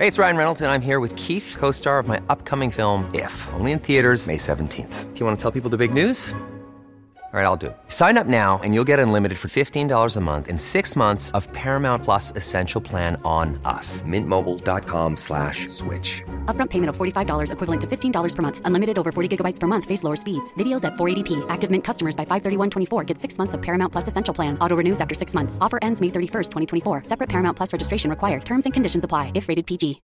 Hey, it's Ryan Reynolds, and I'm here with Keith, co-star of my upcoming film, If, only in theaters May 17th. Do you want to tell people the big news? All right, I'll do it. Sign up now and you'll get unlimited for $15 a month and 6 months of Paramount Plus Essential Plan on us. MintMobile.com/switch. Upfront payment of $45 equivalent to $15 per month. Unlimited over 40 gigabytes per month. Face lower speeds. Videos at 480p. Active Mint customers by 531.24 get 6 months of Paramount Plus Essential Plan. Auto renews after 6 months. Offer ends May 31st, 2024. Separate Paramount Plus registration required. Terms and conditions apply if rated PG.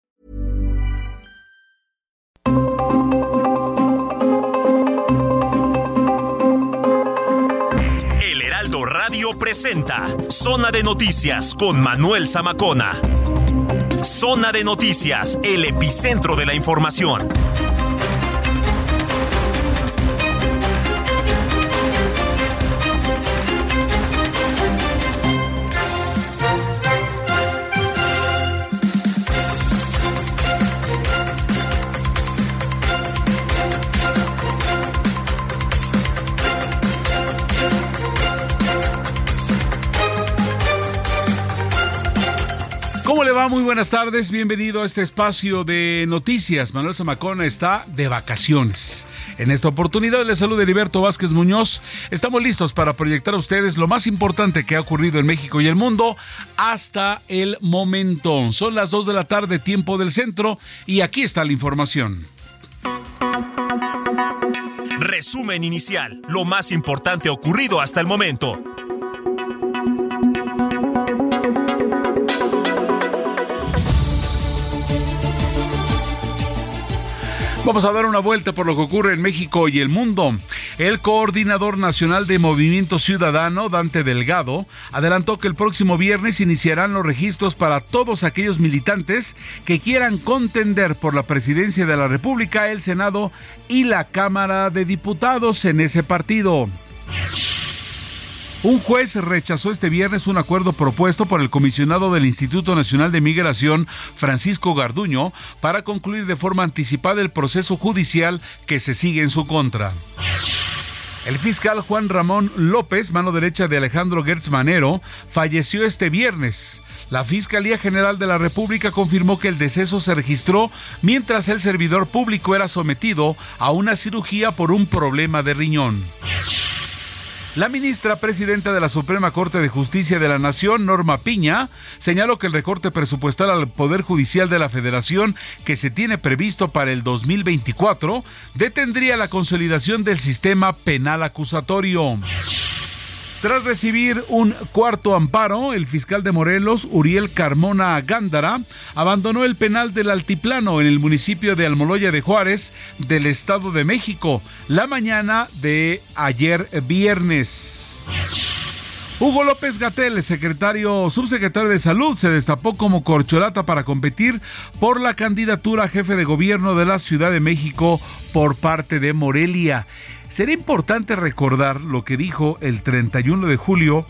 El Heraldo Radio presenta Zona de Noticias con Manuel Zamacona. Zona de Noticias, el epicentro de la información. ¿Cómo le va? Muy buenas tardes, bienvenido a este espacio de noticias. Manuel Zamacona está de vacaciones. En esta oportunidad le saluda Heriberto Vázquez Muñoz. Estamos listos para proyectar a ustedes lo más importante que ha ocurrido en México y el mundo hasta el momento. Son las 2 de la tarde, tiempo del centro, y aquí está la información. Resumen inicial, lo más importante ocurrido hasta el momento. Vamos a dar una vuelta por lo que ocurre en México y el mundo. El coordinador nacional de Movimiento Ciudadano, Dante Delgado, adelantó que el próximo viernes iniciarán los registros para todos aquellos militantes que quieran contender por la presidencia de la República, el Senado y la Cámara de Diputados en ese partido. Un juez rechazó este viernes un acuerdo propuesto por el comisionado del Instituto Nacional de Migración, Francisco Garduño, para concluir de forma anticipada el proceso judicial que se sigue en su contra. El fiscal Juan Ramón López, mano derecha de Alejandro Gertz Manero, falleció este viernes. La Fiscalía General de la República confirmó que el deceso se registró mientras el servidor público era sometido a una cirugía por un problema de riñón. La ministra presidenta de la Suprema Corte de Justicia de la Nación, Norma Piña, señaló que el recorte presupuestal al Poder Judicial de la Federación que se tiene previsto para el 2024 detendría la consolidación del sistema penal acusatorio. Tras recibir un cuarto amparo, el fiscal de Morelos, Uriel Carmona Gándara, abandonó el penal del Altiplano en el municipio de Almoloya de Juárez, del Estado de México, la mañana de ayer viernes. Hugo López-Gatell, subsecretario de Salud, se destapó como corcholata para competir por la candidatura a jefe de gobierno de la Ciudad de México por parte de Morelia. Será importante recordar lo que dijo el 31 de julio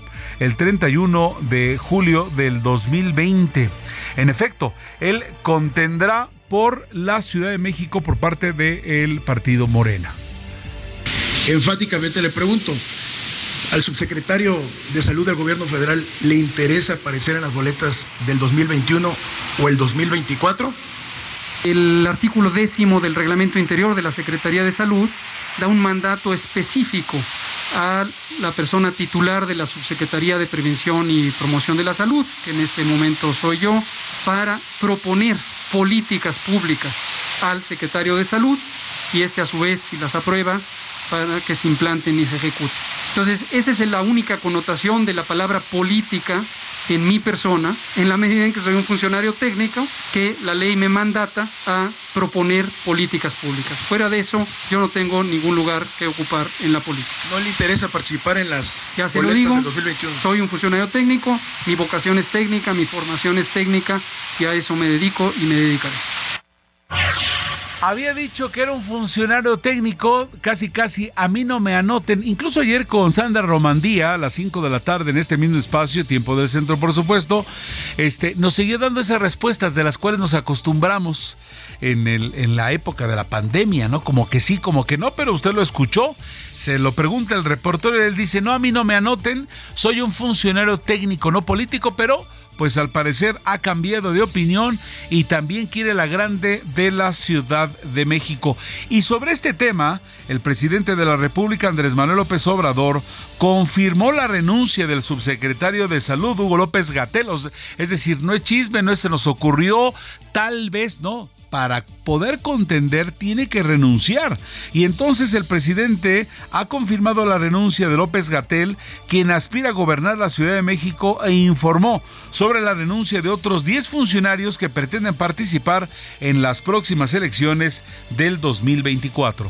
del 2020. En efecto, él contendrá por la Ciudad de México por parte del partido Morena. Enfáticamente le pregunto, ¿al subsecretario de Salud del Gobierno Federal le interesa aparecer en las boletas del 2021 o el 2024? El artículo 10 del Reglamento Interior de la Secretaría de Salud da un mandato específico a la persona titular de la Subsecretaría de Prevención y Promoción de la Salud, que en este momento soy yo, para proponer políticas públicas al secretario de Salud y a su vez, si las aprueba, para que se implanten y se ejecuten. Entonces, esa es la única connotación de la palabra política en mi persona, en la medida en que soy un funcionario técnico, que la ley me mandata a proponer políticas públicas. Fuera de eso, yo no tengo ningún lugar que ocupar en la política. ¿No le interesa participar en las ya se boletas lo digo, del 2021? Soy un funcionario técnico, mi vocación es técnica, mi formación es técnica, y a eso me dedico y me dedicaré. Había dicho que era un funcionario técnico, casi a mí no me anoten. Incluso ayer con Sandra Romandía a las 5 de la tarde en este mismo espacio, tiempo del centro por supuesto, nos seguía dando esas respuestas de las cuales nos acostumbramos en la época de la pandemia, ¿no? Como que sí, como que no, pero usted lo escuchó, se lo pregunta el reportero y él dice, no, a mí no me anoten, soy un funcionario técnico, no político, pero pues al parecer ha cambiado de opinión y también quiere la grande de la Ciudad de México. Y sobre este tema, el presidente de la República, Andrés Manuel López Obrador, confirmó la renuncia del subsecretario de Salud, Hugo López-Gatell. Es decir, no es chisme, no se nos ocurrió, tal vez no. Para poder contender tiene que renunciar. Y entonces el presidente ha confirmado la renuncia de López-Gatell, quien aspira a gobernar la Ciudad de México, e informó sobre la renuncia de otros 10 funcionarios que pretenden participar en las próximas elecciones del 2024.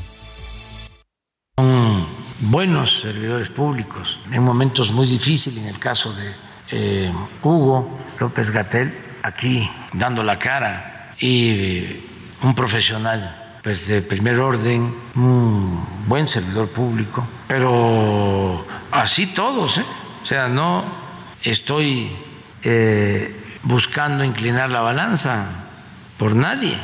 Son buenos servidores públicos en momentos muy difíciles, en el caso de Hugo López-Gatell, aquí dando la cara, y un profesional pues de primer orden, un buen servidor público, pero así todos, o sea, no estoy buscando inclinar la balanza por nadie.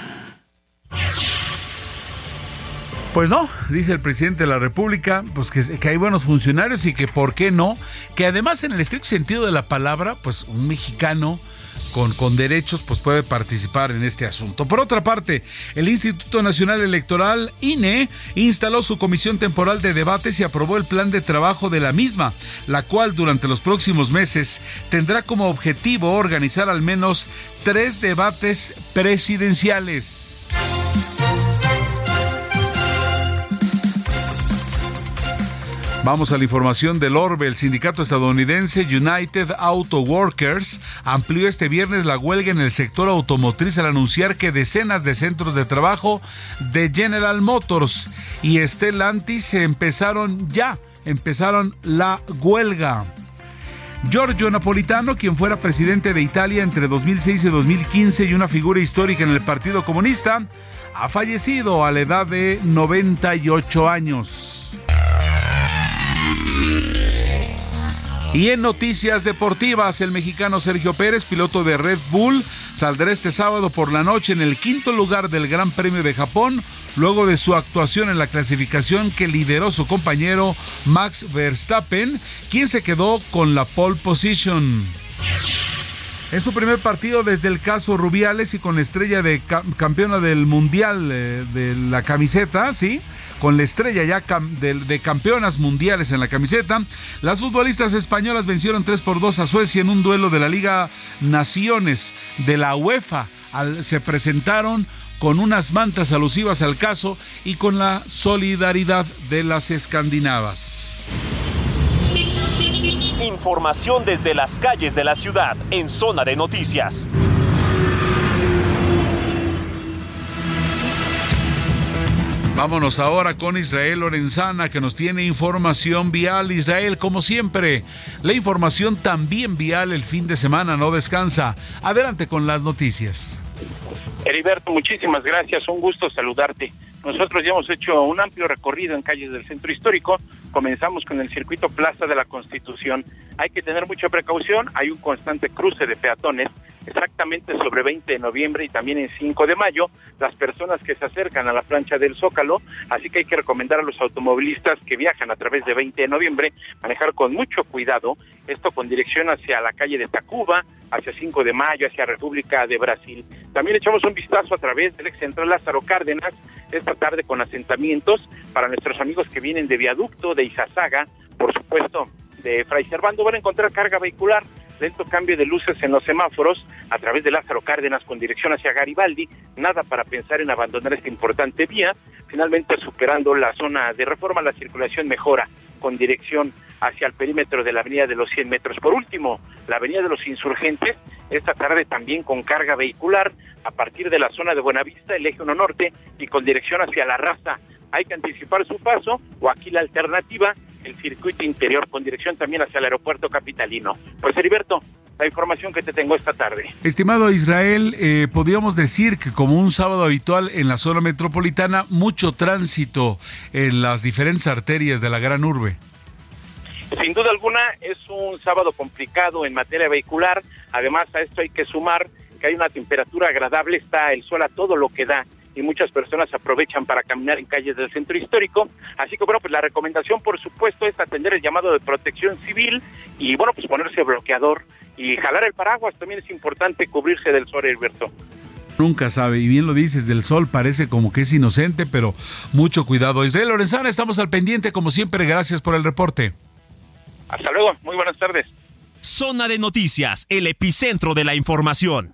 Pues no, dice el presidente de la República, pues que hay buenos funcionarios y que por qué no, que además en el estricto sentido de la palabra, pues un mexicano con derechos pues puede participar en este asunto. Por otra parte, el Instituto Nacional Electoral, INE, instaló su comisión temporal de debates y aprobó el plan de trabajo de la misma, la cual durante los próximos meses tendrá como objetivo organizar al menos 3 debates presidenciales. Vamos a la información del Orbe. El sindicato estadounidense United Auto Workers amplió este viernes la huelga en el sector automotriz al anunciar que decenas de centros de trabajo de General Motors y Stellantis empezaron la huelga. Giorgio Napolitano, quien fuera presidente de Italia entre 2006 y 2015 y una figura histórica en el Partido Comunista, ha fallecido a la edad de 98 años. Y en noticias deportivas, el mexicano Sergio Pérez, piloto de Red Bull, saldrá este sábado por la noche en el 5º lugar del Gran Premio de Japón, luego de su actuación en la clasificación que lideró su compañero Max Verstappen, quien se quedó con la pole position. En su primer partido desde el caso Rubiales y con la estrella de campeona del Mundial de la camiseta, ¿sí?, con la estrella ya de campeonas mundiales en la camiseta, las futbolistas españolas vencieron 3-2 a Suecia en un duelo de la Liga Naciones de la UEFA. Se presentaron con unas mantas alusivas al caso y con la solidaridad de las escandinavas. Información desde las calles de la ciudad en Zona de Noticias. Vámonos ahora con Israel Lorenzana, que nos tiene información vial. Israel, como siempre, la información también vial el fin de semana no descansa. Adelante con las noticias. Heriberto, muchísimas gracias, un gusto saludarte. Nosotros ya hemos hecho un amplio recorrido en calles del centro histórico. Comenzamos con el circuito Plaza de la Constitución. Hay que tener mucha precaución, hay un constante cruce de peatones, exactamente sobre 20 de noviembre y también en 5 de mayo, las personas que se acercan a la plancha del Zócalo, así que hay que recomendar a los automovilistas que viajan a través de 20 de noviembre, manejar con mucho cuidado, esto con dirección hacia la calle de Tacuba, hacia 5 de mayo, hacia República de Brasil. También echamos un vistazo a través del ex central Lázaro Cárdenas, esta tarde con asentamientos para nuestros amigos que vienen de Viaducto, de Izazaga, por supuesto, de Fray Servando, van a encontrar carga vehicular, lento cambio de luces en los semáforos a través de Lázaro Cárdenas con dirección hacia Garibaldi, nada para pensar en abandonar esta importante vía. Finalmente, superando la zona de Reforma, la circulación mejora con dirección hacia el perímetro de la avenida de los 100 metros. Por último, la avenida de los Insurgentes, esta tarde también con carga vehicular a partir de la zona de Buenavista, el eje 1 norte y con dirección hacia La Raza. Hay que anticipar su paso, o aquí la alternativa, el circuito interior con dirección también hacia el aeropuerto capitalino. Pues Heriberto, la información que te tengo esta tarde. Estimado Israel, podríamos decir que como un sábado habitual en la zona metropolitana, mucho tránsito en las diferentes arterias de la gran urbe. Sin duda alguna es un sábado complicado en materia vehicular, además a esto hay que sumar que hay una temperatura agradable, está el sol a todo lo que da y muchas personas aprovechan para caminar en calles del centro histórico, así que bueno, pues la recomendación por supuesto es atender el llamado de protección civil y bueno, pues ponerse bloqueador y jalar el paraguas. También es importante cubrirse del sol, Heriberto. Nunca sabe, y bien lo dices, del sol parece como que es inocente, pero mucho cuidado. Israel Lorenzana, estamos al pendiente como siempre, gracias por el reporte. Hasta luego, muy buenas tardes. Zona de Noticias, el epicentro de la información.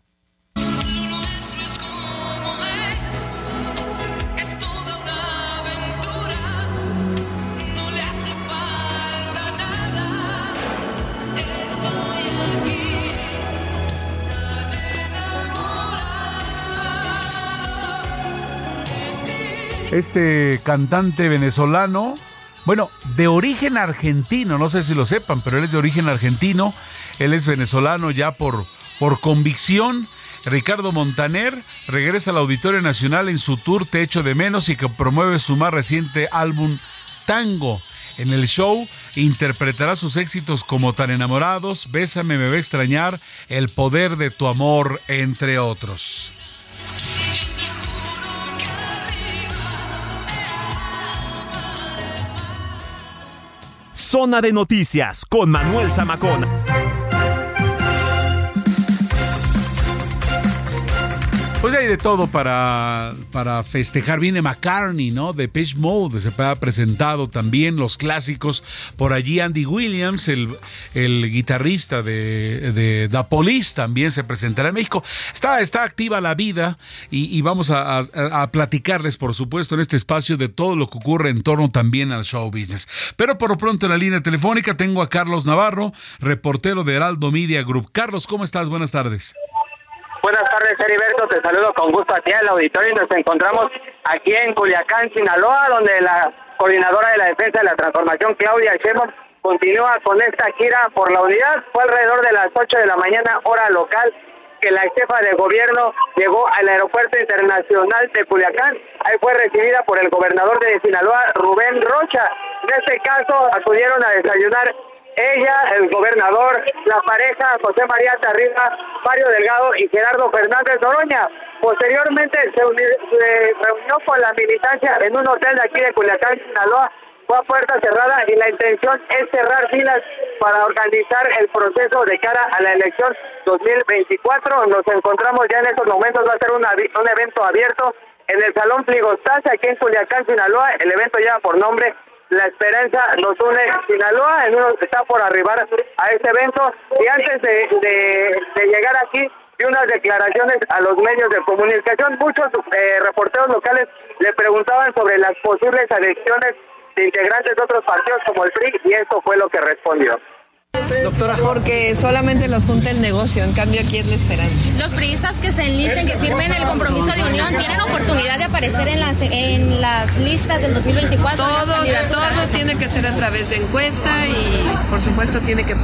Este cantante venezolano, bueno, de origen argentino, no sé si lo sepan, pero él es de origen argentino, él es venezolano ya por convicción. Ricardo Montaner regresa al Auditorio Nacional en su tour Te echo de menos y que promueve su más reciente álbum Tango. En el show interpretará sus éxitos como Tan enamorados, Bésame, me va a extrañar, El poder de tu amor, entre otros. Zona de Noticias con Manuel Zamacona. Pues hay de todo para festejar. Viene McCartney, ¿no? Depeche Mode, se ha presentado también los clásicos. Por allí Andy Williams, el guitarrista de The Police, también se presentará en México. Está activa la vida y vamos a platicarles, por supuesto, en este espacio de todo lo que ocurre en torno también al show business. Pero por lo pronto en la línea telefónica tengo a Carlos Navarro, reportero de Heraldo Media Group. Carlos, ¿cómo estás? Buenas tardes. Buenas tardes, Heriberto, te saludo con gusto aquí al auditorio y nos encontramos aquí en Culiacán, Sinaloa, donde la coordinadora de la defensa de la transformación, Claudia Sheinbaum, continúa con esta gira por la unidad. Fue alrededor de las 8 de la mañana, hora local, que la jefa de gobierno llegó al aeropuerto internacional de Culiacán. Ahí fue recibida por el gobernador de Sinaloa, Rubén Rocha. En este caso acudieron a desayunar ella, el gobernador, la pareja José María Tarriba, Mario Delgado y Gerardo Fernández Noroña. Posteriormente se reunió con la militancia en un hotel de aquí de Culiacán, Sinaloa. Fue a puerta cerrada y la intención es cerrar filas para organizar el proceso de cara a la elección 2024. Nos encontramos ya en estos momentos, va a ser un evento abierto en el Salón Pligostase aquí en Culiacán, Sinaloa. El evento lleva por nombre La Esperanza nos une Sinaloa. En uno está por arribar a este evento y antes de llegar aquí y unas declaraciones a los medios de comunicación. Muchos reporteros locales le preguntaban sobre las posibles adhesiones de integrantes de otros partidos como el PRI y esto fue lo que respondió. Doctora. Porque solamente los junta el negocio, en cambio aquí es la esperanza. Los priistas que se enlisten, que firmen el compromiso de unión, ¿tienen oportunidad de aparecer en las listas del 2024? Todo tiene que ser a través de encuesta y por supuesto tiene que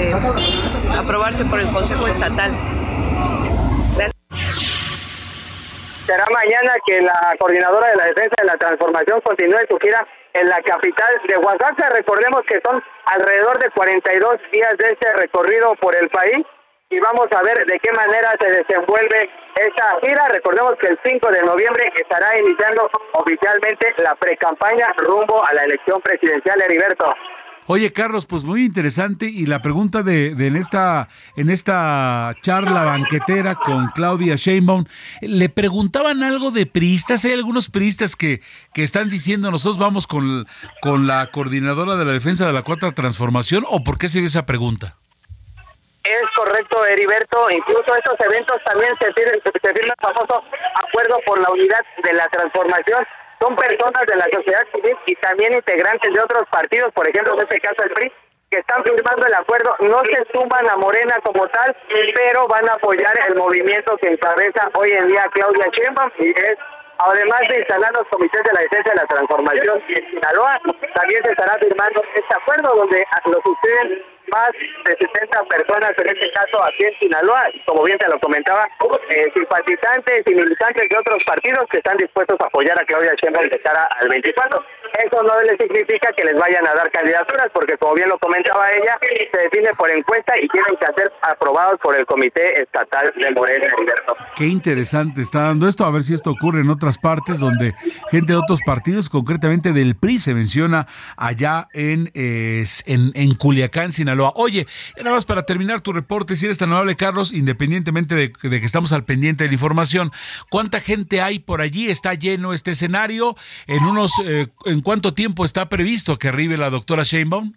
aprobarse por el Consejo Estatal. Será mañana que la coordinadora de la defensa de la transformación continúe su gira en la capital de Oaxaca. Recordemos que son alrededor de 42 días de este recorrido por el país y vamos a ver de qué manera se desenvuelve esta gira. Recordemos que el 5 de noviembre estará iniciando oficialmente la precampaña rumbo a la elección presidencial, Heriberto. Oye, Carlos, pues muy interesante y la pregunta en esta charla banquetera con Claudia Sheinbaum, ¿le preguntaban algo de priistas? Hay algunos priistas que están diciendo nosotros vamos con la coordinadora de la defensa de la Cuarta Transformación, ¿o por qué se dio esa pregunta? Es correcto, Heriberto, incluso estos eventos también se firma el famoso acuerdo por la unidad de la transformación. Son personas de la sociedad civil y también integrantes de otros partidos, por ejemplo, en este caso el PRI, que están firmando el acuerdo. No se suman a Morena como tal, pero van a apoyar el movimiento que encabeza hoy en día Claudia Sheinbaum y es, además de instalar los comités de la defensa de la transformación en Sinaloa, también se estará firmando este acuerdo donde lo suscriben más de 60 personas, en este caso aquí en Sinaloa, como bien te lo comentaba, simpatizantes y militantes de otros partidos que están dispuestos a apoyar a Claudia Sheinbaum de cara al 24. eso no les significa que les vayan a dar candidaturas, porque como bien lo comentaba ella, se define por encuesta y tienen que ser aprobados por el Comité Estatal de Morena, Heriberto. Qué interesante está dando esto, a ver si esto ocurre en otras partes donde gente de otros partidos, concretamente del PRI, se menciona allá en Culiacán, Sinaloa. Oye, nada más para terminar tu reporte, si eres tan amable, Carlos, independientemente de que estamos al pendiente de la información, ¿cuánta gente hay por allí? ¿Está lleno este escenario? ¿En cuánto tiempo está previsto que arribe la doctora Sheinbaum?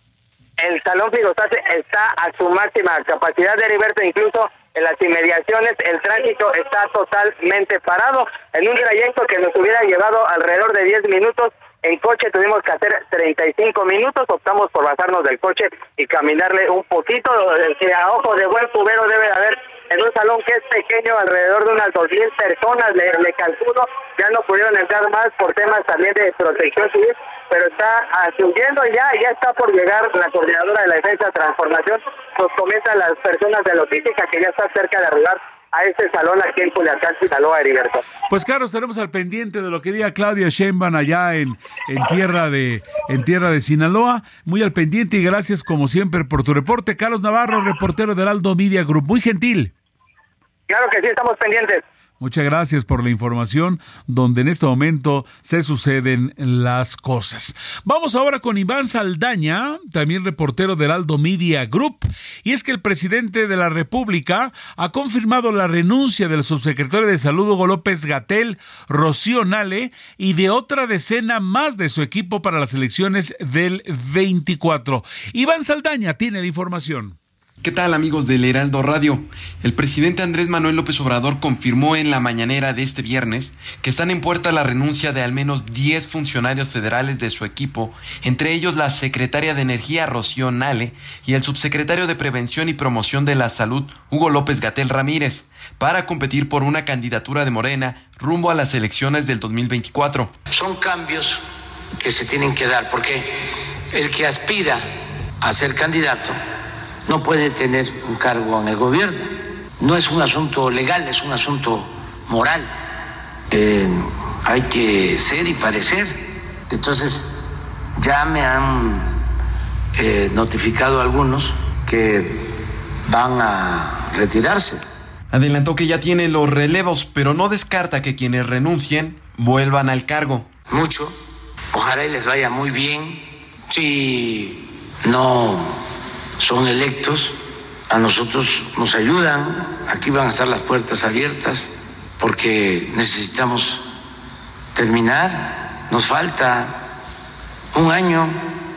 El Salón Figosase está a su máxima capacidad, de Heriberto, incluso en las inmediaciones el tránsito está totalmente parado. En un trayecto que nos hubiera llevado alrededor de 10 minutos, en coche tuvimos que hacer 35 minutos, optamos por bajarnos del coche y caminarle un poquito, que a ojo de buen cubero debe de haber en un salón que es pequeño, alrededor de unas 2,000 personas, le calculo. Ya no pudieron entrar más por temas también de protección civil, pero está subiendo ya está por llegar la coordinadora de la Defensa de Transformación. Nos comentan las personas de logística que ya está cerca de arribar a este salón aquí en Culiacán, Sinaloa, Heriberto. Pues claro, estaremos al pendiente de lo que diga Claudia Sheinbaum allá en tierra de Sinaloa, muy al pendiente, y gracias como siempre por tu reporte. Carlos Navarro, reportero del Heraldo Media Group, muy gentil. Claro que sí, estamos pendientes. Muchas gracias por la información donde en este momento se suceden las cosas. Vamos ahora con Iván Saldaña, también reportero del Heraldo Media Group, y es que el presidente de la República ha confirmado la renuncia del subsecretario de Salud Hugo López-Gatell, Rocío Nale, y de otra decena más de su equipo para las elecciones del 24. Iván Saldaña tiene la información. ¿Qué tal, amigos del Heraldo Radio? El presidente Andrés Manuel López Obrador confirmó en la mañanera de este viernes que están en puerta la renuncia de al menos 10 funcionarios federales de su equipo, entre ellos la secretaria de Energía Rocío Nale y el subsecretario de Prevención y Promoción de la Salud Hugo López-Gatell Ramírez, para competir por una candidatura de Morena rumbo a las elecciones del 2024. Son cambios que se tienen que dar, porque el que aspira a ser candidato no puede tener un cargo en el gobierno. No es un asunto legal, es un asunto moral. Hay que ser y parecer. Entonces, ya me han notificado algunos que van a retirarse. Adelantó que ya tiene los relevos, pero no descarta que quienes renuncien vuelvan al cargo. Mucho. Ojalá y les vaya muy bien. Si no son electos, a nosotros nos ayudan, aquí van a estar las puertas abiertas, porque necesitamos terminar, nos falta un año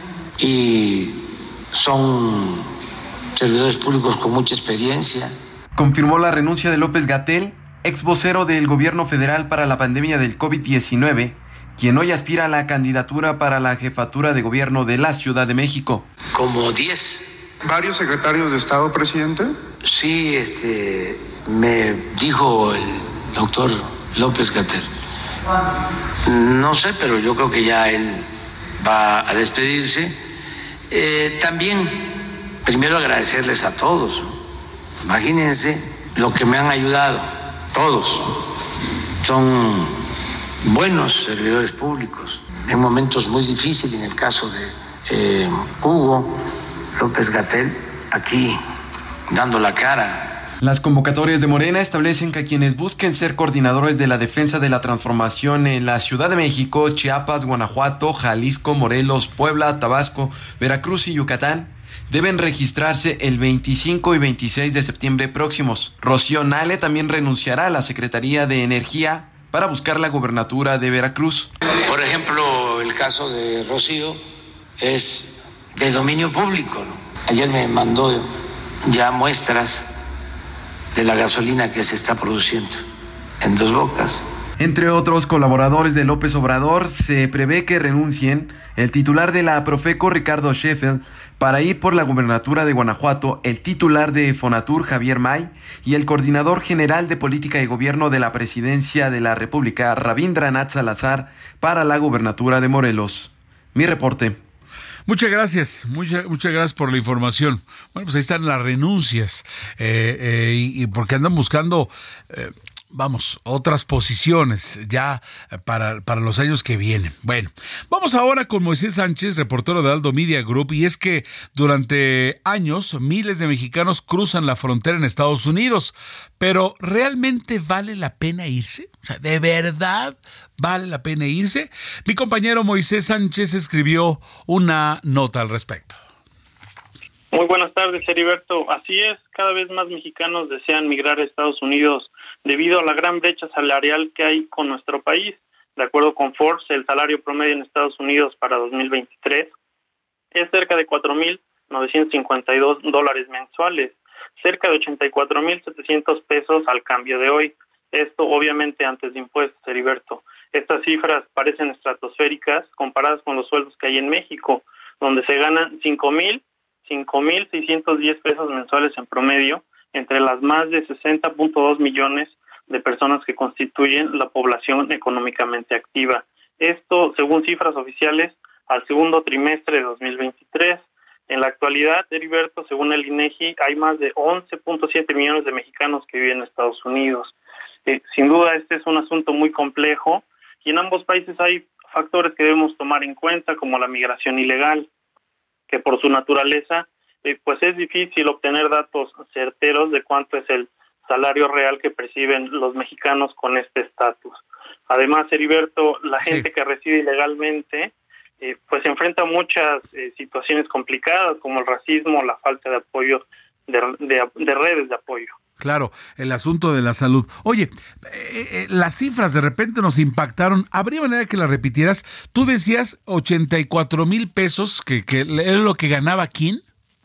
y son servidores públicos con mucha experiencia. Confirmó la renuncia de López-Gatell, ex vocero del gobierno federal para la pandemia del COVID-19, quien hoy aspira a la candidatura para la jefatura de gobierno de la Ciudad de México. Como 10. ¿Varios secretarios de Estado, presidente? Sí, me dijo el doctor López-Gatell. No sé, pero yo creo que ya él va a despedirse. También, primero agradecerles a todos. Imagínense lo que me han ayudado, todos. Son buenos servidores públicos en momentos muy difíciles, en el caso de Hugo López-Gatell, aquí dando la cara. Las convocatorias de Morena establecen que quienes busquen ser coordinadores de la defensa de la transformación en la Ciudad de México, Chiapas, Guanajuato, Jalisco, Morelos, Puebla, Tabasco, Veracruz y Yucatán deben registrarse el 25 y 26 de septiembre próximos. Rocío Nale también renunciará a la Secretaría de Energía para buscar la gobernatura de Veracruz. Por ejemplo, el caso de Rocío es de dominio público, ¿no? Ayer me mandó ya muestras de la gasolina que se está produciendo en Dos Bocas. Entre otros colaboradores de López Obrador, se prevé que renuncien el titular de la Profeco, Ricardo Sheffield, para ir por la gubernatura de Guanajuato, el titular de Fonatur, Javier May, y el coordinador general de política y gobierno de la Presidencia de la República, Rabindranath Salazar, para la gubernatura de Morelos. Mi reporte. Muchas gracias por la información. Bueno, pues ahí están las renuncias, y porque andan buscando otras posiciones ya para los años que vienen. Bueno, vamos ahora con Moisés Sánchez, reportero de Aldo Media Group, y es que durante años miles de mexicanos cruzan la frontera en Estados Unidos, pero ¿realmente vale la pena irse? O sea, ¿de verdad vale la pena irse? Mi compañero Moisés Sánchez escribió una nota al respecto. Muy buenas tardes, Heriberto. Así es, cada vez más mexicanos desean migrar a Estados Unidos debido a la gran brecha salarial que hay con nuestro país. De acuerdo con Forbes, el salario promedio en Estados Unidos para 2023 es cerca de $4,952 mensuales, cerca de 84,700 pesos al cambio de hoy. Esto obviamente antes de impuestos, Heriberto. Estas cifras parecen estratosféricas comparadas con los sueldos que hay en México, donde se ganan 5,610 pesos mensuales en promedio entre las más de 60.2 millones de personas que constituyen la población económicamente activa. Esto, según cifras oficiales, al segundo trimestre de 2023. En la actualidad, Heriberto, según el INEGI, hay más de 11.7 millones de mexicanos que viven en Estados Unidos. Sin duda, este es un asunto muy complejo y en ambos países hay factores que debemos tomar en cuenta, como la migración ilegal, que por su naturaleza, pues es difícil obtener datos certeros de cuánto es el salario real que perciben los mexicanos con este estatus. Además, Heriberto, la gente que reside ilegalmente, pues enfrenta muchas situaciones complicadas, como el racismo, la falta de apoyo, de redes de apoyo. Claro, el asunto de la salud. Oye, las cifras de repente nos impactaron. ¿Habría manera que las repitieras? Tú decías 84,000 pesos, que es lo que ganaba ¿quién?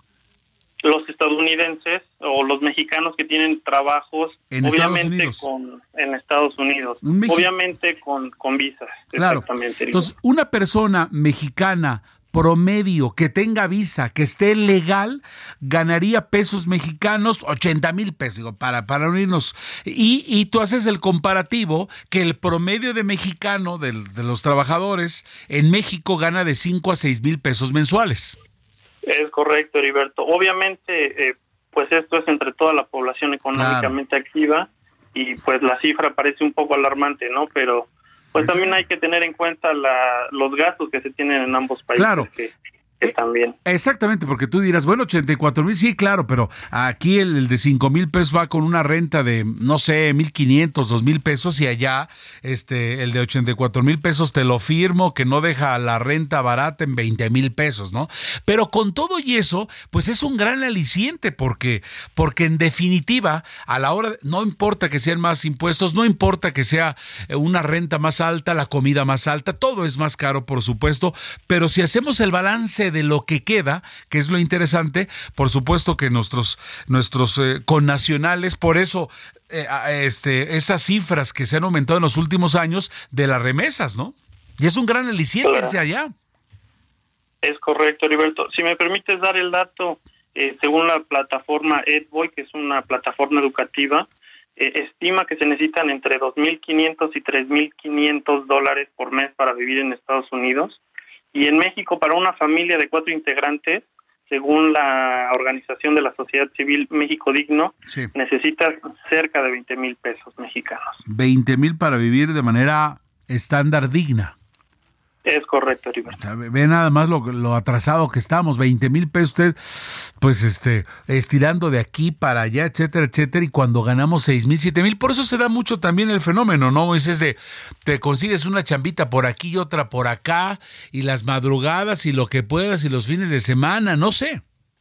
Los estadounidenses o los mexicanos que tienen trabajos, en obviamente en Estados Unidos, obviamente con visas. Claro. Exactamente. Entonces, una persona mexicana promedio que tenga visa, que esté legal, ganaría pesos mexicanos, 80,000 pesos, digo, para unirnos. Y tú haces el comparativo que el promedio de mexicano, de los trabajadores, en México gana de 5 a 6,000 pesos mensuales. Es correcto, Heriberto. Obviamente, pues esto es entre toda la población económicamente activa y pues la cifra parece un poco alarmante, ¿no? Pero pues también hay que tener en cuenta los gastos que se tienen en ambos países. Claro. Que también. Exactamente, porque tú dirás, bueno, 84,000, sí, claro, pero aquí el de 5,000 pesos va con una renta de, no sé, 1,500, 2,000 pesos, y allá el de 84,000 pesos te lo firmo, que no deja la renta barata en 20,000 pesos, ¿no? Pero con todo y eso, pues es un gran aliciente, porque en definitiva, a la hora, no importa que sean más impuestos, no importa que sea una renta más alta, la comida más alta, todo es más caro, por supuesto, pero si hacemos el balance de lo que queda, que es lo interesante, por supuesto que nuestros connacionales, por eso esas cifras que se han aumentado en los últimos años de las remesas, ¿no? Y es un gran aliciente irse allá. Es correcto, Heriberto. Si me permites dar el dato, según la plataforma EdBoy, que es una plataforma educativa, estima que se necesitan entre $2,500 y $3,500 por mes para vivir en Estados Unidos. Y en México, para una familia de 4 integrantes, según la Organización de la Sociedad Civil México Digno, necesitas cerca de 20,000 pesos mexicanos. 20,000 para vivir de manera estándar digna. Es correcto, Heriberto. O sea, ve nada más lo atrasado que estamos, 20,000 pesos usted, pues estirando de aquí para allá, etcétera, etcétera, y cuando ganamos 6,000, 7,000, por eso se da mucho también el fenómeno, ¿no? Es te consigues una chambita por aquí y otra por acá, y las madrugadas y lo que puedas y los fines de semana, no sé.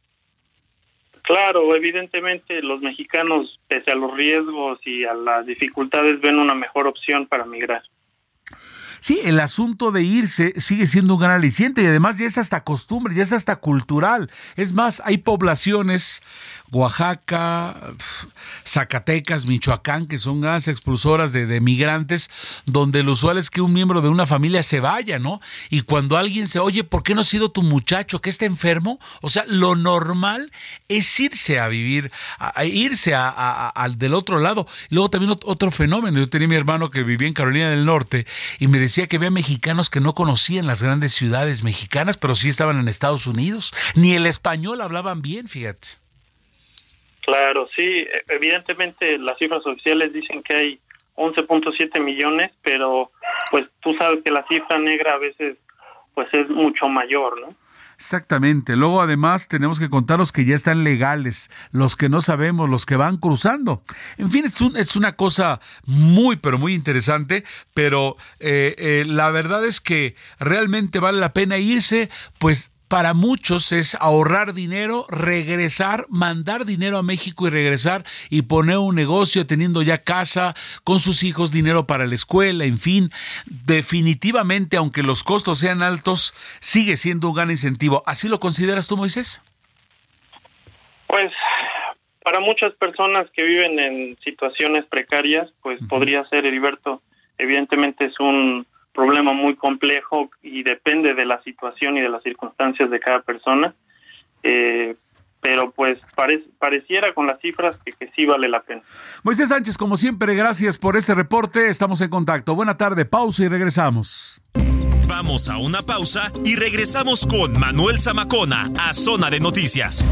Claro, evidentemente los mexicanos, pese a los riesgos y a las dificultades, ven una mejor opción para migrar. Sí, el asunto de irse sigue siendo un gran aliciente y además ya es hasta costumbre, ya es hasta cultural. Es más, hay poblaciones, Oaxaca, Zacatecas, Michoacán, que son grandes expulsoras de migrantes, donde lo usual es que un miembro de una familia se vaya, ¿no? Y cuando alguien oye, ¿por qué no ha sido tu muchacho que está enfermo? O sea, lo normal es irse a vivir, irse al del otro lado. Y luego también otro fenómeno. Yo tenía a mi hermano que vivía en Carolina del Norte y me decía que había mexicanos que no conocían las grandes ciudades mexicanas, pero sí estaban en Estados Unidos. Ni el español hablaban bien, fíjate. Claro, sí. Evidentemente las cifras oficiales dicen que hay 11.7 millones, pero pues tú sabes que la cifra negra a veces pues es mucho mayor, ¿no? Exactamente. Luego, además, tenemos que contar los que ya están legales, los que no sabemos, los que van cruzando. En fin, es una cosa muy, pero muy interesante, pero la verdad es que realmente vale la pena irse, pues para muchos es ahorrar dinero, regresar, mandar dinero a México y regresar y poner un negocio teniendo ya casa, con sus hijos, dinero para la escuela, en fin. Definitivamente, aunque los costos sean altos, sigue siendo un gran incentivo. ¿Así lo consideras tú, Moisés? Pues para muchas personas que viven en situaciones precarias, pues podría ser, Heriberto. Evidentemente es un problema muy complejo y depende de la situación y de las circunstancias de cada persona, pero pues pareciera con las cifras que sí vale la pena. Moisés Sánchez, como siempre, gracias por este reporte, estamos en contacto. Buena tarde, pausa y regresamos. Vamos a una pausa y regresamos con Manuel Zamacona a Zona de Noticias.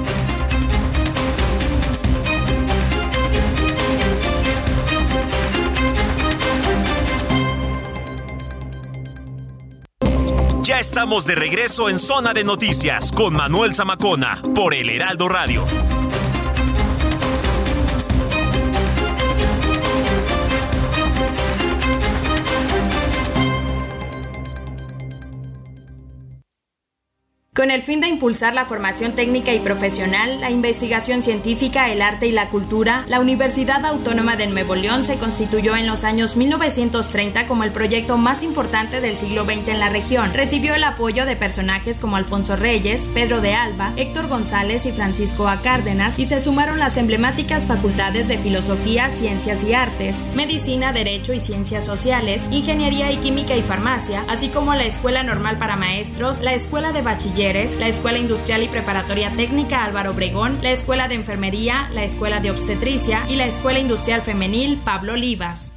Ya estamos de regreso en Zona de Noticias con Manuel Zamacona por El Heraldo Radio. Con el fin de impulsar la formación técnica y profesional, la investigación científica, el arte y la cultura, la Universidad Autónoma de Nuevo León se constituyó en los años 1930 como el proyecto más importante del siglo XX en la región. Recibió el apoyo de personajes como Alfonso Reyes, Pedro de Alba, Héctor González y Francisco A. Cárdenas, y se sumaron las emblemáticas facultades de Filosofía, Ciencias y Artes, Medicina, Derecho y Ciencias Sociales, Ingeniería y Química y Farmacia, así como la Escuela Normal para Maestros, la Escuela de Bachilleres, la Escuela Industrial y Preparatoria Técnica Álvaro Obregón, la Escuela de Enfermería, la Escuela de Obstetricia y la Escuela Industrial Femenil Pablo Olivas.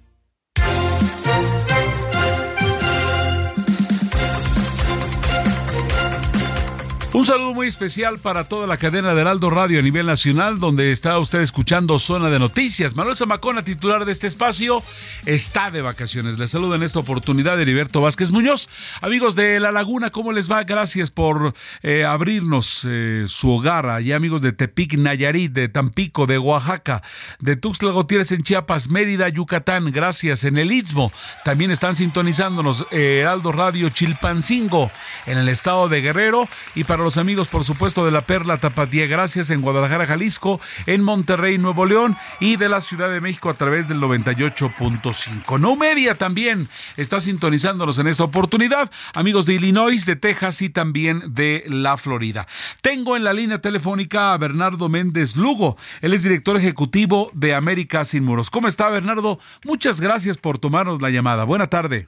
Un saludo muy especial para toda la cadena de Heraldo Radio a nivel nacional, donde está usted escuchando Zona de Noticias. Manuel Zamacona, titular de este espacio, está de vacaciones. Les saludo en esta oportunidad Heriberto Vázquez Muñoz. Amigos de La Laguna, ¿cómo les va? Gracias por abrirnos su hogar. Allá amigos de Tepic, Nayarit, de Tampico, de Oaxaca, de Tuxtla Gutiérrez en Chiapas, Mérida, Yucatán. Gracias. En el Istmo también están sintonizándonos Heraldo Radio Chilpancingo en el estado de Guerrero, y para los amigos, por supuesto, de la Perla Tapatía, gracias, en Guadalajara, Jalisco, en Monterrey, Nuevo León, y de la Ciudad de México a través del 98.5. No Media también está sintonizándonos en esta oportunidad, amigos de Illinois, de Texas y también de la Florida. Tengo en la línea telefónica a Bernardo Méndez Lugo, él es director ejecutivo de América Sin Muros. ¿Cómo está, Bernardo? Muchas gracias por tomarnos la llamada. Buena tarde.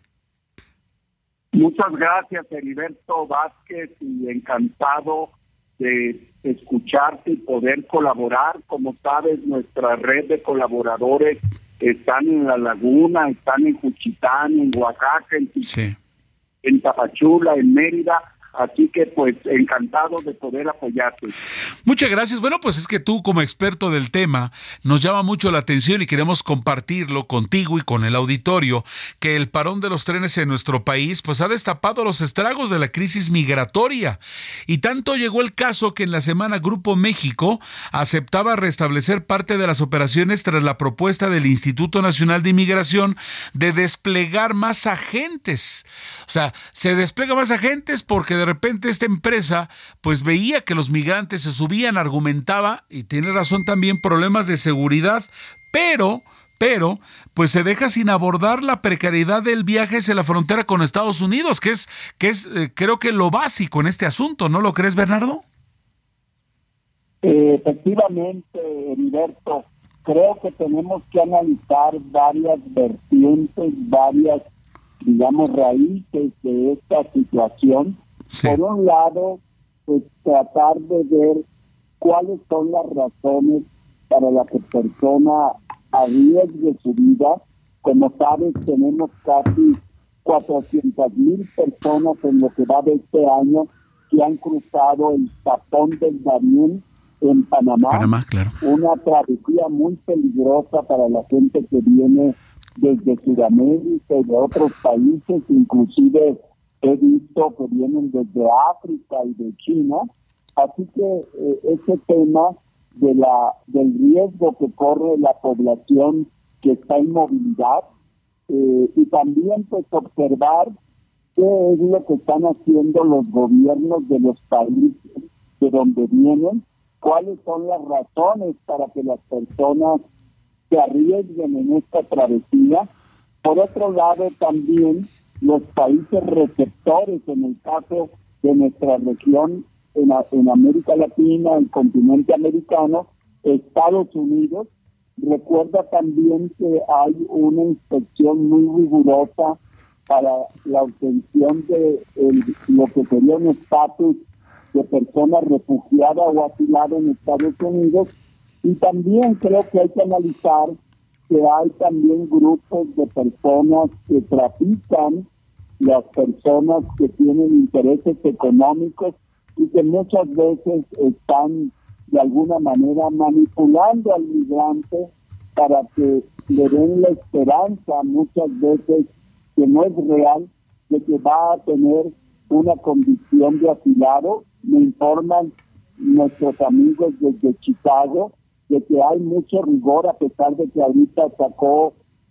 Muchas gracias, Heriberto Vázquez, y encantado de escucharte y poder colaborar. Como sabes, nuestra red de colaboradores están en La Laguna, están en Juchitán, en Oaxaca, en Tapachula, en Mérida. Así que, pues, encantado de poder apoyarte. Muchas gracias. Bueno, pues es que tú, como experto del tema, nos llama mucho la atención y queremos compartirlo contigo y con el auditorio, que el parón de los trenes en nuestro país, pues ha destapado los estragos de la crisis migratoria. Y tanto llegó el caso que en la semana Grupo México aceptaba restablecer parte de las operaciones tras la propuesta del Instituto Nacional de Inmigración de desplegar más agentes. O sea, se despliega más agentes porque de repente esta empresa pues veía que los migrantes se subían, argumentaba, y tiene razón también, problemas de seguridad, pero pues se deja sin abordar la precariedad del viaje hacia la frontera con Estados Unidos, que es creo que lo básico en este asunto, ¿no lo crees, Bernardo? Efectivamente, Heriberto, creo que tenemos que analizar varias vertientes, varias, digamos, raíces de esta situación. Sí. Por un lado, pues tratar de ver cuáles son las razones para la que persona arriesgue su vida. Como sabes, tenemos casi 400,000 personas en lo que va de este año que han cruzado el tapón del Darién en Panamá, claro. Una travesía muy peligrosa para la gente que viene desde Sudamérica y de otros países, inclusive he visto que vienen desde África y de China. Así que ese tema del riesgo que corre la población que está en movilidad, y también pues observar qué es lo que están haciendo los gobiernos de los países de donde vienen, cuáles son las razones para que las personas se arriesguen en esta travesía. Por otro lado, también los países receptores, en el caso de nuestra región, en América Latina, el continente americano, Estados Unidos. Recuerda también que hay una inspección muy rigurosa para la obtención de lo que sería un estatus de persona refugiada o asilada en Estados Unidos. Y también creo que hay que analizar que hay también grupos de personas que trafican, las personas que tienen intereses económicos y que muchas veces están de alguna manera manipulando al migrante para que le den la esperanza, muchas veces que no es real, de que va a tener una condición de asilado. Me informan nuestros amigos desde Chicago de que hay mucho rigor, a pesar de que ahorita sacó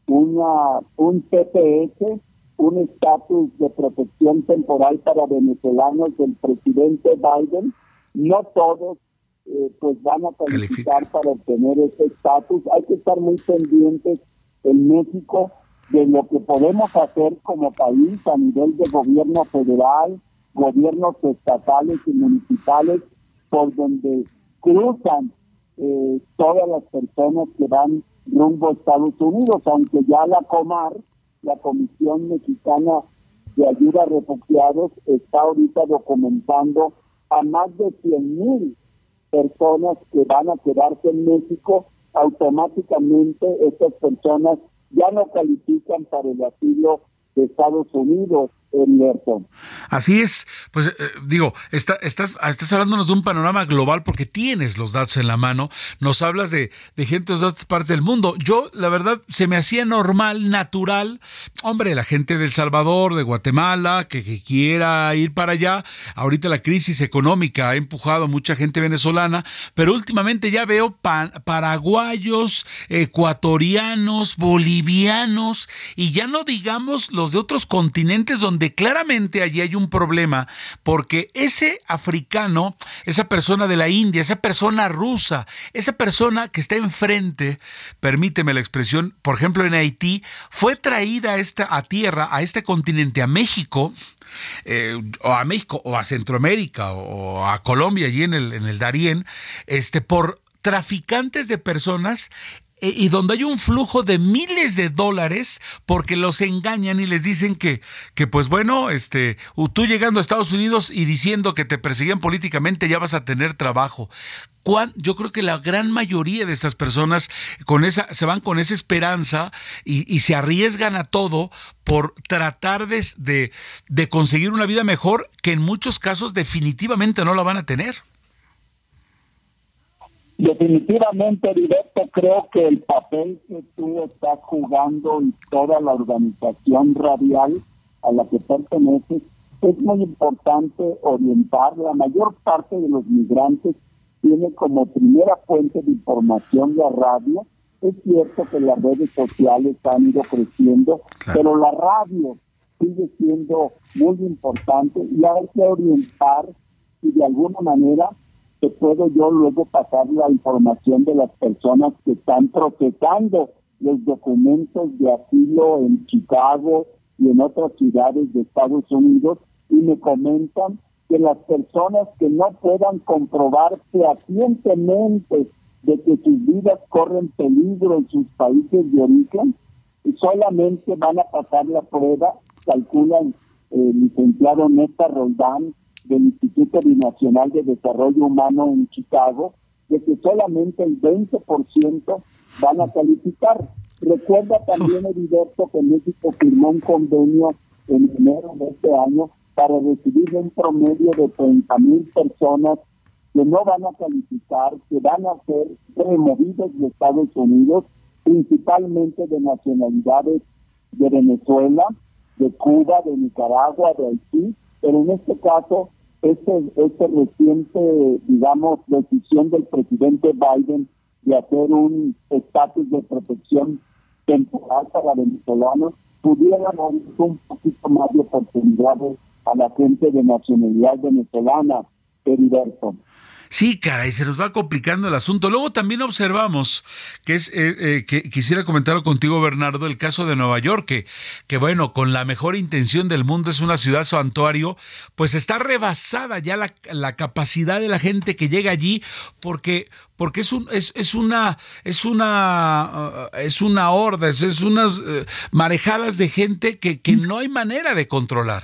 un TPS, un estatus de protección temporal para venezolanos del presidente Biden. No todos pues van a calificar para obtener ese estatus. Hay que estar muy pendientes en México de lo que podemos hacer como país a nivel de gobierno federal, gobiernos estatales y municipales, por donde cruzan todas las personas que van rumbo a Estados Unidos, aunque ya la COMAR, la Comisión Mexicana de Ayuda a Refugiados, está ahorita documentando a más de 100,000 personas que van a quedarse en México. Automáticamente estas personas ya no califican para el asilo de Estados Unidos, Nelson. Así es, pues estás hablándonos de un panorama global porque tienes los datos en la mano, nos hablas de gente de otras partes del mundo. Yo, la verdad, se me hacía normal, natural, hombre, la gente de El Salvador, de Guatemala, que quiera ir para allá. Ahorita la crisis económica ha empujado a mucha gente venezolana, pero últimamente ya veo paraguayos, ecuatorianos, bolivianos, y ya no digamos los de otros continentes donde claramente allí hay un problema, porque ese africano, esa persona de la India, esa persona rusa, esa persona que está enfrente, permíteme la expresión, por ejemplo en Haití, fue traída a tierra, a este continente, a México, o a México, o a Centroamérica, o a Colombia, allí en el Darién, por traficantes de personas, y donde hay un flujo de miles de dólares porque los engañan y les dicen que pues bueno, tú llegando a Estados Unidos y diciendo que te perseguían políticamente ya vas a tener trabajo. Yo creo que la gran mayoría de estas personas se van con esa esperanza y se arriesgan a todo por tratar de conseguir una vida mejor que en muchos casos definitivamente no la van a tener. Definitivamente, Heriberto, creo que el papel que tú estás jugando y toda la organización radial a la que perteneces es muy importante orientar. La mayor parte de los migrantes tiene como primera fuente de información la radio. Es cierto que las redes sociales han ido creciendo, claro, pero la radio sigue siendo muy importante y hay que orientar y de alguna manera que puedo yo luego pasar la información de las personas que están procesando los documentos de asilo en Chicago y en otras ciudades de Estados Unidos, y me comentan que las personas que no puedan comprobar fehacientemente de que sus vidas corren peligro en sus países de origen, solamente van a pasar la prueba, calculan el licenciado Néstor Roldán, del Instituto Binacional de Desarrollo Humano en Chicago, de que solamente el 20% van a calificar. Recuerda también, Heriberto, que México firmó un convenio en enero de este año para recibir un promedio de 30,000 personas que no van a calificar, que van a ser removidos de Estados Unidos, principalmente de nacionalidades de Venezuela, de Cuba, de Nicaragua, de Haití, pero en este caso, este reciente, digamos, decisión del presidente Biden de hacer un estatus de protección temporal para venezolanos, pudiera dar un poquito más de oportunidades a la gente de nacionalidad venezolana, Heriberto. Sí, caray, se nos va complicando el asunto. Luego también observamos que que quisiera comentarlo contigo, Bernardo, el caso de Nueva York, que bueno, con la mejor intención del mundo, es una ciudad santuario, pues está rebasada ya la capacidad de la gente que llega allí, porque es una horda, es unas marejadas de gente que no hay manera de controlar.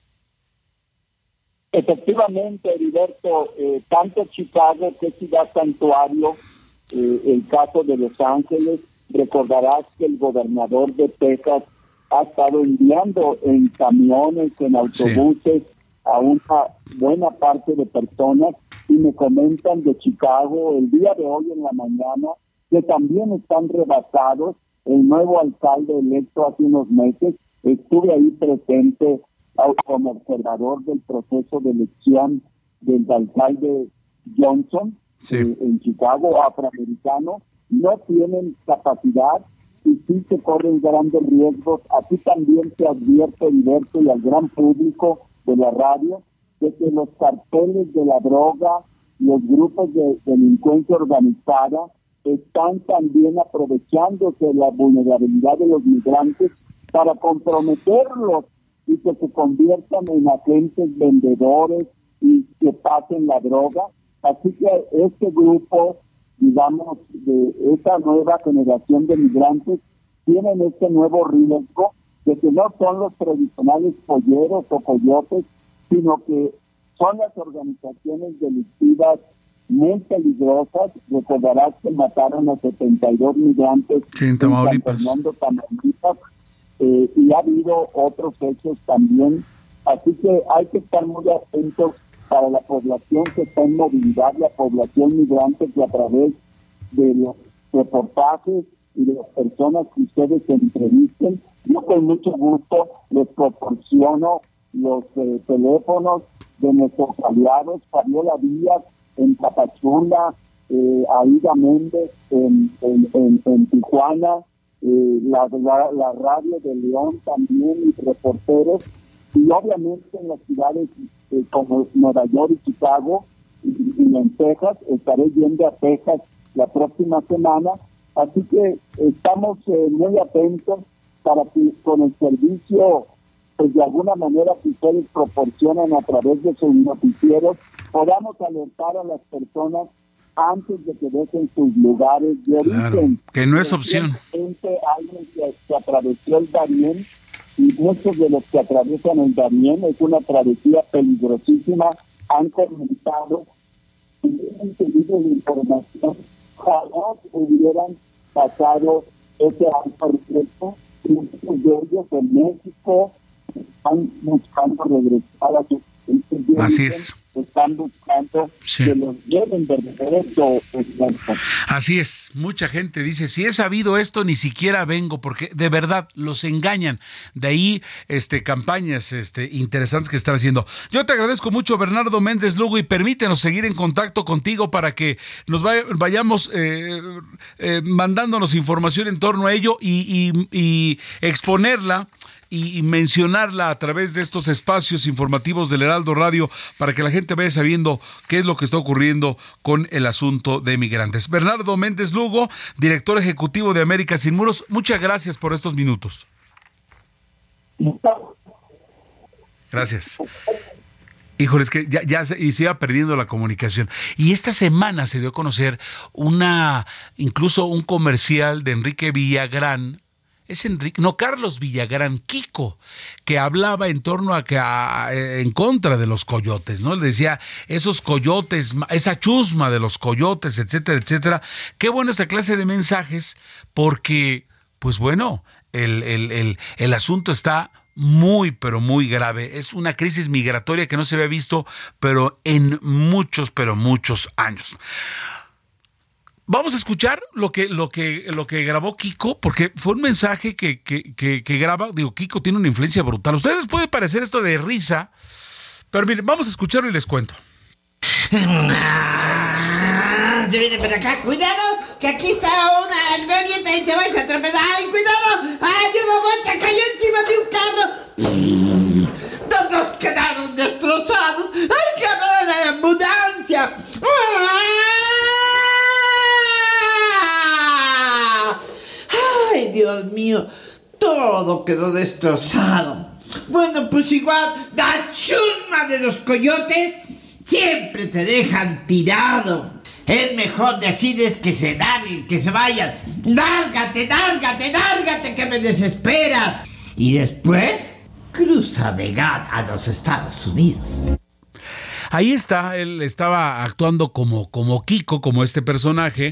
Efectivamente, Heriberto, tanto Chicago, que es ciudad santuario, el caso de Los Ángeles, recordarás que el gobernador de Texas ha estado enviando en camiones, en autobuses, a una buena parte de personas, y me comentan de Chicago el día de hoy en la mañana que también están rebasados. El nuevo alcalde electo hace unos meses, estuve ahí presente como observador del proceso de elección del alcalde Johnson, en Chicago, afroamericano, no tienen capacidad y sí se corren grandes riesgos. Aquí también se advierte, Heriberto, y al gran público de la radio, de que los carteles de la droga, los grupos de delincuencia organizada, están también aprovechándose de la vulnerabilidad de los migrantes para comprometerlos y que se conviertan en agentes vendedores y que pasen la droga. Así que este grupo, digamos, de esta nueva generación de migrantes, tienen este nuevo riesgo de que no son los tradicionales polleros o coyotes, sino que son las organizaciones delictivas muy peligrosas. Recordarás que mataron a 72 migrantes en San Fernando, Tamaulipas. Y ha habido otros hechos también, así que hay que estar muy atentos para la población que está en movilidad, la población migrante, que a través de los reportajes y de las personas que ustedes se entrevisten, yo con mucho gusto les proporciono los teléfonos de nuestros aliados, Fabiola Díaz en Tapachula, Aida Méndez en Tijuana, la radio de León también, y reporteros, y obviamente en las ciudades como Nueva York y Chicago y en Texas. Estaré yendo a Texas la próxima semana, así que estamos muy atentos para que con el servicio, pues de alguna manera que ustedes proporcionan a través de sus noticieros, podamos alertar a las personas antes de que dejen sus lugares de origen. Claro, que no es opción. Alguien que atravesó el Darién, y muchos de los que atraviesan el Darién, es una travesía peligrosísima, han comentado y han tenido información, jamás hubieran pasado ese alto riesgo, y muchos de ellos en México están buscando regresar a sus países. Así es. Están buscando que los lleven de regreso. Así es, mucha gente dice, si he sabido esto, ni siquiera vengo, porque de verdad los engañan. De ahí campañas interesantes que están haciendo. Yo te agradezco mucho, Bernardo Méndez Lugo, y permítenos seguir en contacto contigo para que nos vayamos mandándonos información en torno a ello y exponerla y mencionarla a través de estos espacios informativos del Heraldo Radio para que la gente vaya sabiendo qué es lo que está ocurriendo con el asunto de migrantes. Bernardo Méndez Lugo, director ejecutivo de América Sin Muros, muchas gracias por estos minutos. Gracias. Híjole, es que ya se iba perdiendo la comunicación. Y esta semana se dio a conocer incluso un comercial de Enrique Villagrán. Carlos Villagrán, Kiko, que hablaba en torno en contra de los coyotes, ¿no? Le decía, esos coyotes, esa chusma de los coyotes, etcétera, etcétera. Qué bueno esta clase de mensajes, porque, pues bueno, el asunto está muy, pero muy grave. Es una crisis migratoria que no se había visto, pero en muchos años. Vamos a escuchar lo que grabó Kiko, porque fue un mensaje que graba. Digo, Kiko tiene una influencia brutal. A ustedes puede parecer esto de risa, pero miren, vamos a escucharlo y les cuento. Se viene para acá, cuidado, que aquí está una glorieta y te vais a tropezar. ¡Ay, cuidado! ¡Ay, una vuelta cayó encima de un carro! Todos quedaron destrozados. ¡Hay que hablar de la ambulancia! ¡Ay, Dios mío! Todo quedó destrozado. Bueno, pues igual, la chusma de los coyotes siempre te dejan tirado. Es mejor decirles que se larguen, que se vayan. ¡Lárgate, lárgate, lárgate, que me desesperas! Y después, cruza vegan a los Estados Unidos. Ahí está, él estaba actuando como Kiko, como este personaje,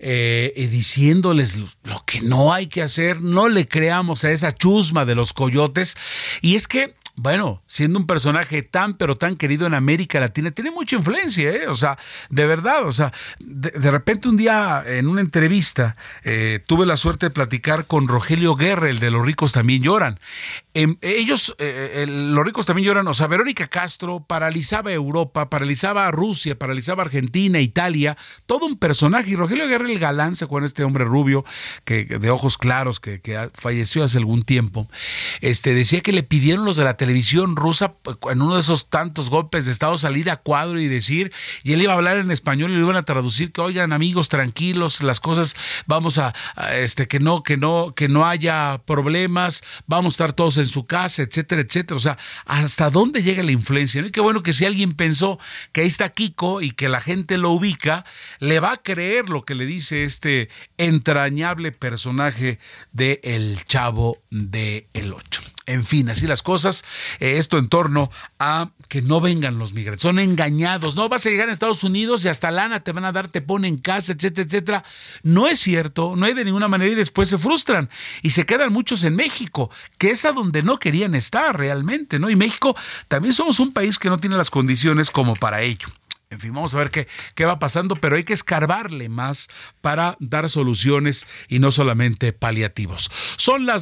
diciéndoles lo que no hay que hacer. No le creamos a esa chusma de los coyotes. Y es que, bueno, siendo un personaje tan querido en América Latina, tiene mucha influencia, o sea, de verdad, o sea, de repente un día en una entrevista tuve la suerte de platicar con Rogelio Guerra, el de Los Ricos También Lloran. Ellos, Los Ricos También Lloran, o sea, Verónica Castro paralizaba Europa, paralizaba Rusia, paralizaba Argentina, Italia, todo un personaje. Y Rogelio Guerra, el galán, se acuerda, este hombre rubio, de ojos claros, que falleció hace algún tiempo, decía que le pidieron los de la televisión rusa en uno de esos tantos golpes de estado salir a cuadro y decir, y él iba a hablar en español y le iban a traducir que oigan amigos, tranquilos, las cosas vamos a que no haya problemas, vamos a estar todos en su casa, etcétera, etcétera. O sea, hasta dónde llega la influencia, ¿no? Y qué bueno que si alguien pensó que ahí está Kiko y que la gente lo ubica, le va a creer lo que le dice este entrañable personaje de El Chavo del Ocho. En fin, así las cosas, esto en torno a que no vengan los migrantes, son engañados, no vas a llegar a Estados Unidos y hasta lana te van a dar, te ponen casa, etcétera, etcétera. No es cierto, no hay de ninguna manera y después se frustran y se quedan muchos en México, que es a donde no querían estar realmente, ¿no? Y México también somos un país que no tiene las condiciones como para ello. En fin, vamos a ver qué va pasando, pero hay que escarbarle más para dar soluciones y no solamente paliativos. Son las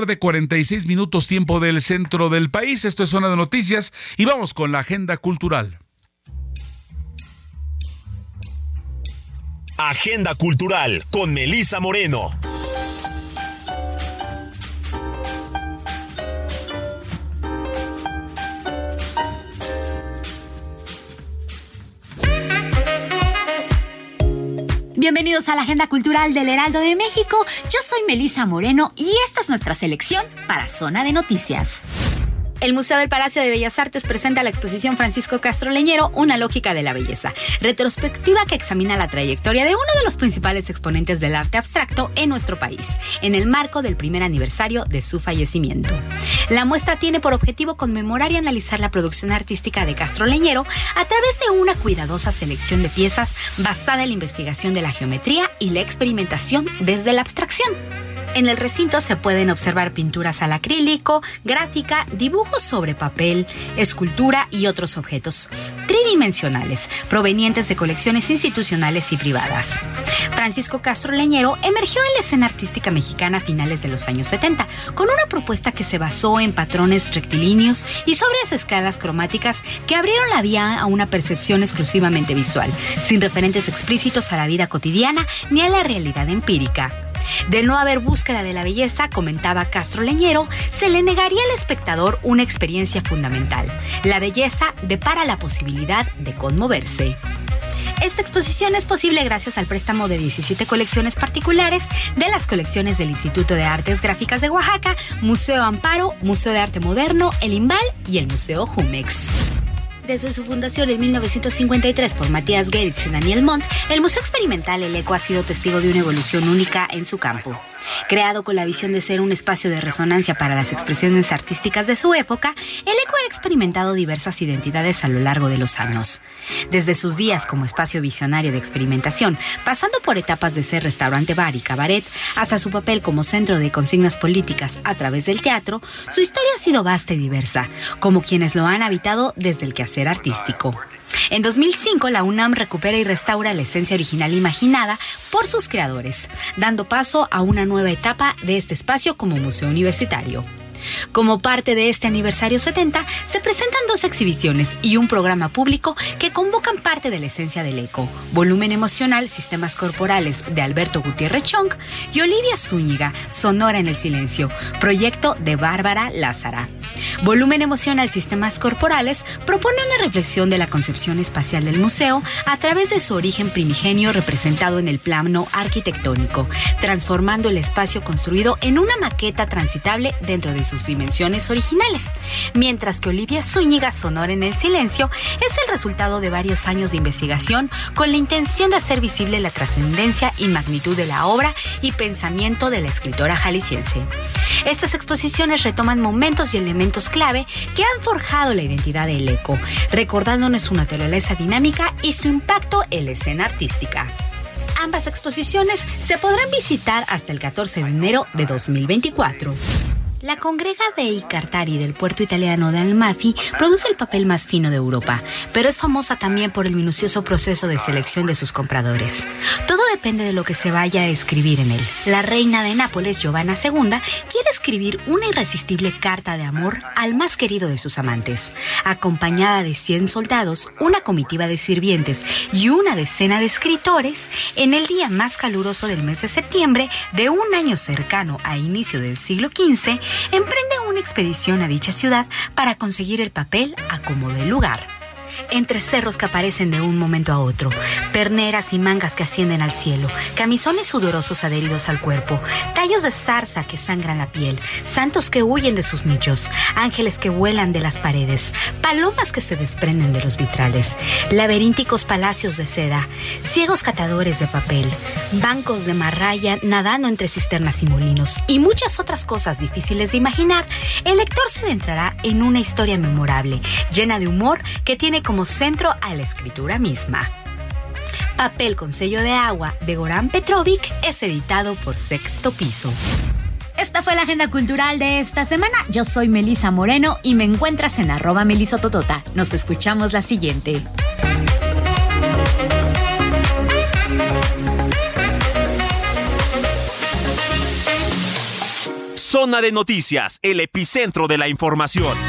2:46 tiempo del centro del país. Esto es Zona de Noticias y vamos con la agenda cultural. Agenda cultural con Melissa Moreno. Bienvenidos a la Agenda Cultural del Heraldo de México. Yo soy Melissa Moreno y esta es nuestra selección para Zona de Noticias. El Museo del Palacio de Bellas Artes presenta la exposición Francisco Castro Leñero, Una lógica de la belleza, retrospectiva que examina la trayectoria de uno de los principales exponentes del arte abstracto en nuestro país, en el marco del primer aniversario de su fallecimiento. La muestra tiene por objetivo conmemorar y analizar la producción artística de Castro Leñero a través de una cuidadosa selección de piezas basada en la investigación de la geometría y la experimentación desde la abstracción. En el recinto se pueden observar pinturas al acrílico, gráfica, dibujos sobre papel, escultura y otros objetos tridimensionales provenientes de colecciones institucionales y privadas. Francisco Castro Leñero emergió en la escena artística mexicana a finales de los años 70 con una propuesta que se basó en patrones rectilíneos y sobrias escalas cromáticas que abrieron la vía a una percepción exclusivamente visual, sin referentes explícitos a la vida cotidiana ni a la realidad empírica. De no haber búsqueda de la belleza, comentaba Castro Leñero, se le negaría al espectador una experiencia fundamental. La belleza depara la posibilidad de conmoverse. Esta exposición es posible gracias al préstamo de 17 colecciones particulares de las colecciones del Instituto de Artes Gráficas de Oaxaca, Museo Amparo, Museo de Arte Moderno, el Imbal y el Museo Jumex. Desde su fundación en 1953 por Matías Geritz y Daniel Montt, el Museo Experimental El Eco ha sido testigo de una evolución única en su campo. Creado con la visión de ser un espacio de resonancia para las expresiones artísticas de su época, el ECO ha experimentado diversas identidades a lo largo de los años. Desde sus días como espacio visionario de experimentación, pasando por etapas de ser restaurante, bar y cabaret, hasta su papel como centro de consignas políticas a través del teatro, su historia ha sido vasta y diversa, como quienes lo han habitado desde el quehacer artístico. En 2005, la UNAM recupera y restaura la esencia original imaginada por sus creadores, dando paso a una nueva etapa de este espacio como museo universitario. Como parte de este aniversario 70, se presentan 2 exhibiciones y un programa público que convocan parte de la esencia del ECO: Volumen Emocional, Sistemas Corporales, de Alberto Gutiérrez Chong, y Olivia Zúñiga, Sonora en el Silencio, proyecto de Bárbara Lázara. Volumen Emocional, Sistemas Corporales propone una reflexión de la concepción espacial del museo a través de su origen primigenio representado en el plano arquitectónico, transformando el espacio construido en una maqueta transitable dentro de sus dimensiones originales, mientras que Olivia Zúñiga, Sonora en el Silencio, es el resultado de varios años de investigación con la intención de hacer visible la trascendencia y magnitud de la obra y pensamiento de la escritora jalisciense. Estas exposiciones retoman momentos y elementos clave que han forjado la identidad del ECO, recordándonos su naturaleza dinámica y su impacto en la escena artística. Ambas exposiciones se podrán visitar hasta el 14 de enero de 2024. La Congrega dei Cartari del puerto italiano de Amalfi produce el papel más fino de Europa, pero es famosa también por el minucioso proceso de selección de sus compradores. Todo depende de lo que se vaya a escribir en él. La reina de Nápoles, Giovanna II, quiere escribir una irresistible carta de amor al más querido de sus amantes. Acompañada de 100 soldados, una comitiva de sirvientes y una decena de escritores, en el día más caluroso del mes de septiembre de un año cercano a inicio del siglo XV, emprende una expedición a dicha ciudad para conseguir el papel a como dé lugar. Entre cerros que aparecen de un momento a otro, perneras y mangas que ascienden al cielo, camisones sudorosos adheridos al cuerpo, tallos de zarza que sangran la piel, santos que huyen de sus nichos, ángeles que vuelan de las paredes, palomas que se desprenden de los vitrales, laberínticos palacios de seda, ciegos catadores de papel, bancos de marralla nadando entre cisternas y molinos, y muchas otras cosas difíciles de imaginar, el lector se adentrará en una historia memorable, llena de humor, que tiene como centro a la escritura misma. Papel con sello de agua de Goran Petrovic es editado por Sexto Piso. Esta fue la agenda cultural de esta semana. Yo soy Melisa Moreno y me encuentras en @melisototota. Nos escuchamos la siguiente. Zona de Noticias, el epicentro de la información.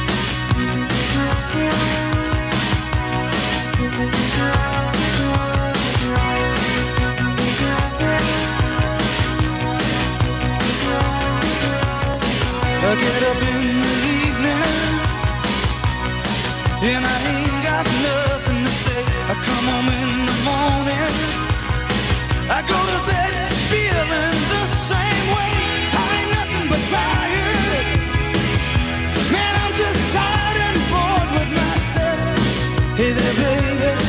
I get up in the evening and I ain't got nothing to say. I come home in the morning, I go to bed feeling the same way. I ain't nothing but tired, man, I'm just tired and bored with myself. Hey there baby,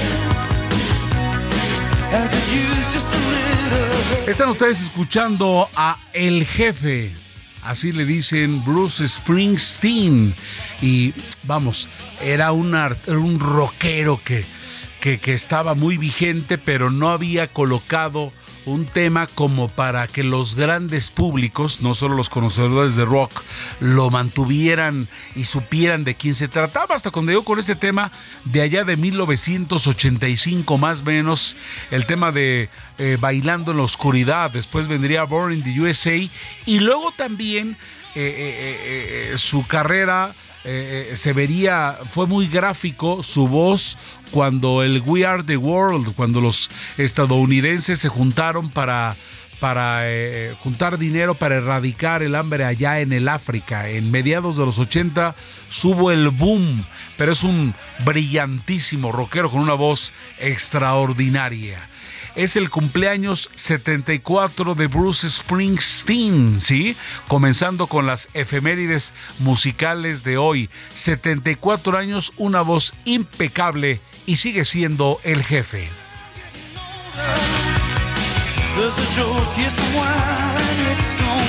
I could use just a little. Están ustedes escuchando a El Jefe. Así le dicen Bruce Springsteen. Y vamos, era un rockero que estaba muy vigente, pero no había colocado un tema como para que los grandes públicos, no solo los conocedores de rock, lo mantuvieran y supieran de quién se trataba, hasta cuando llegó con este tema de allá de 1985 más o menos, el tema de Bailando en la Oscuridad. Después vendría Born in the USA y luego también su carrera se vería, fue muy gráfico su voz cuando el We Are the World, cuando los estadounidenses se juntaron para juntar dinero para erradicar el hambre allá en el África. En mediados de los 80 hubo el boom, pero es un brillantísimo rockero con una voz extraordinaria. Es el cumpleaños 74 de Bruce Springsteen, ¿sí? Comenzando con las efemérides musicales de hoy. 74 años, una voz impecable y sigue siendo el jefe. There's a joke, yes, wine, it's on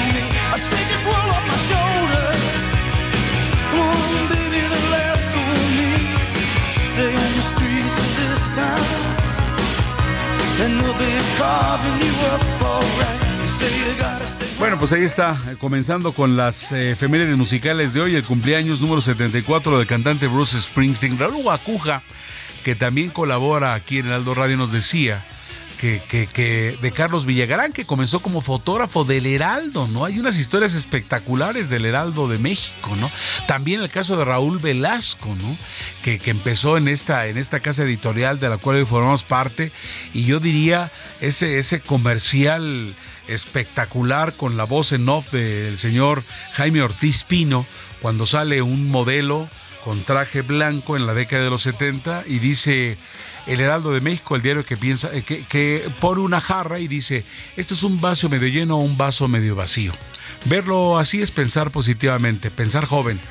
shake this world off my shoulders. Come on, baby, the laughs on me. Stay on the streets of this town, and they'll be carving you up alright. You say you gotta stay. Bueno, pues ahí está, comenzando con las efemérides musicales de hoy, el cumpleaños número 74 del cantante Bruce Springsteen. Raúl Guacuja, que también colabora aquí en Heraldo Radio, nos decía que de Carlos Villagrán, que comenzó como fotógrafo del Heraldo, ¿no? Hay unas historias espectaculares del Heraldo de México, ¿no? También el caso de Raúl Velasco, ¿no? Que empezó en esta casa editorial de la cual hoy formamos parte, y yo diría ese comercial espectacular con la voz en off del señor Jaime Ortiz Pino, cuando sale un modelo con traje blanco en la década de los 70 y dice: El Heraldo de México, el diario que piensa, que pone una jarra y dice: esto es un vaso medio lleno o un vaso medio vacío. Verlo así es pensar positivamente, pensar joven.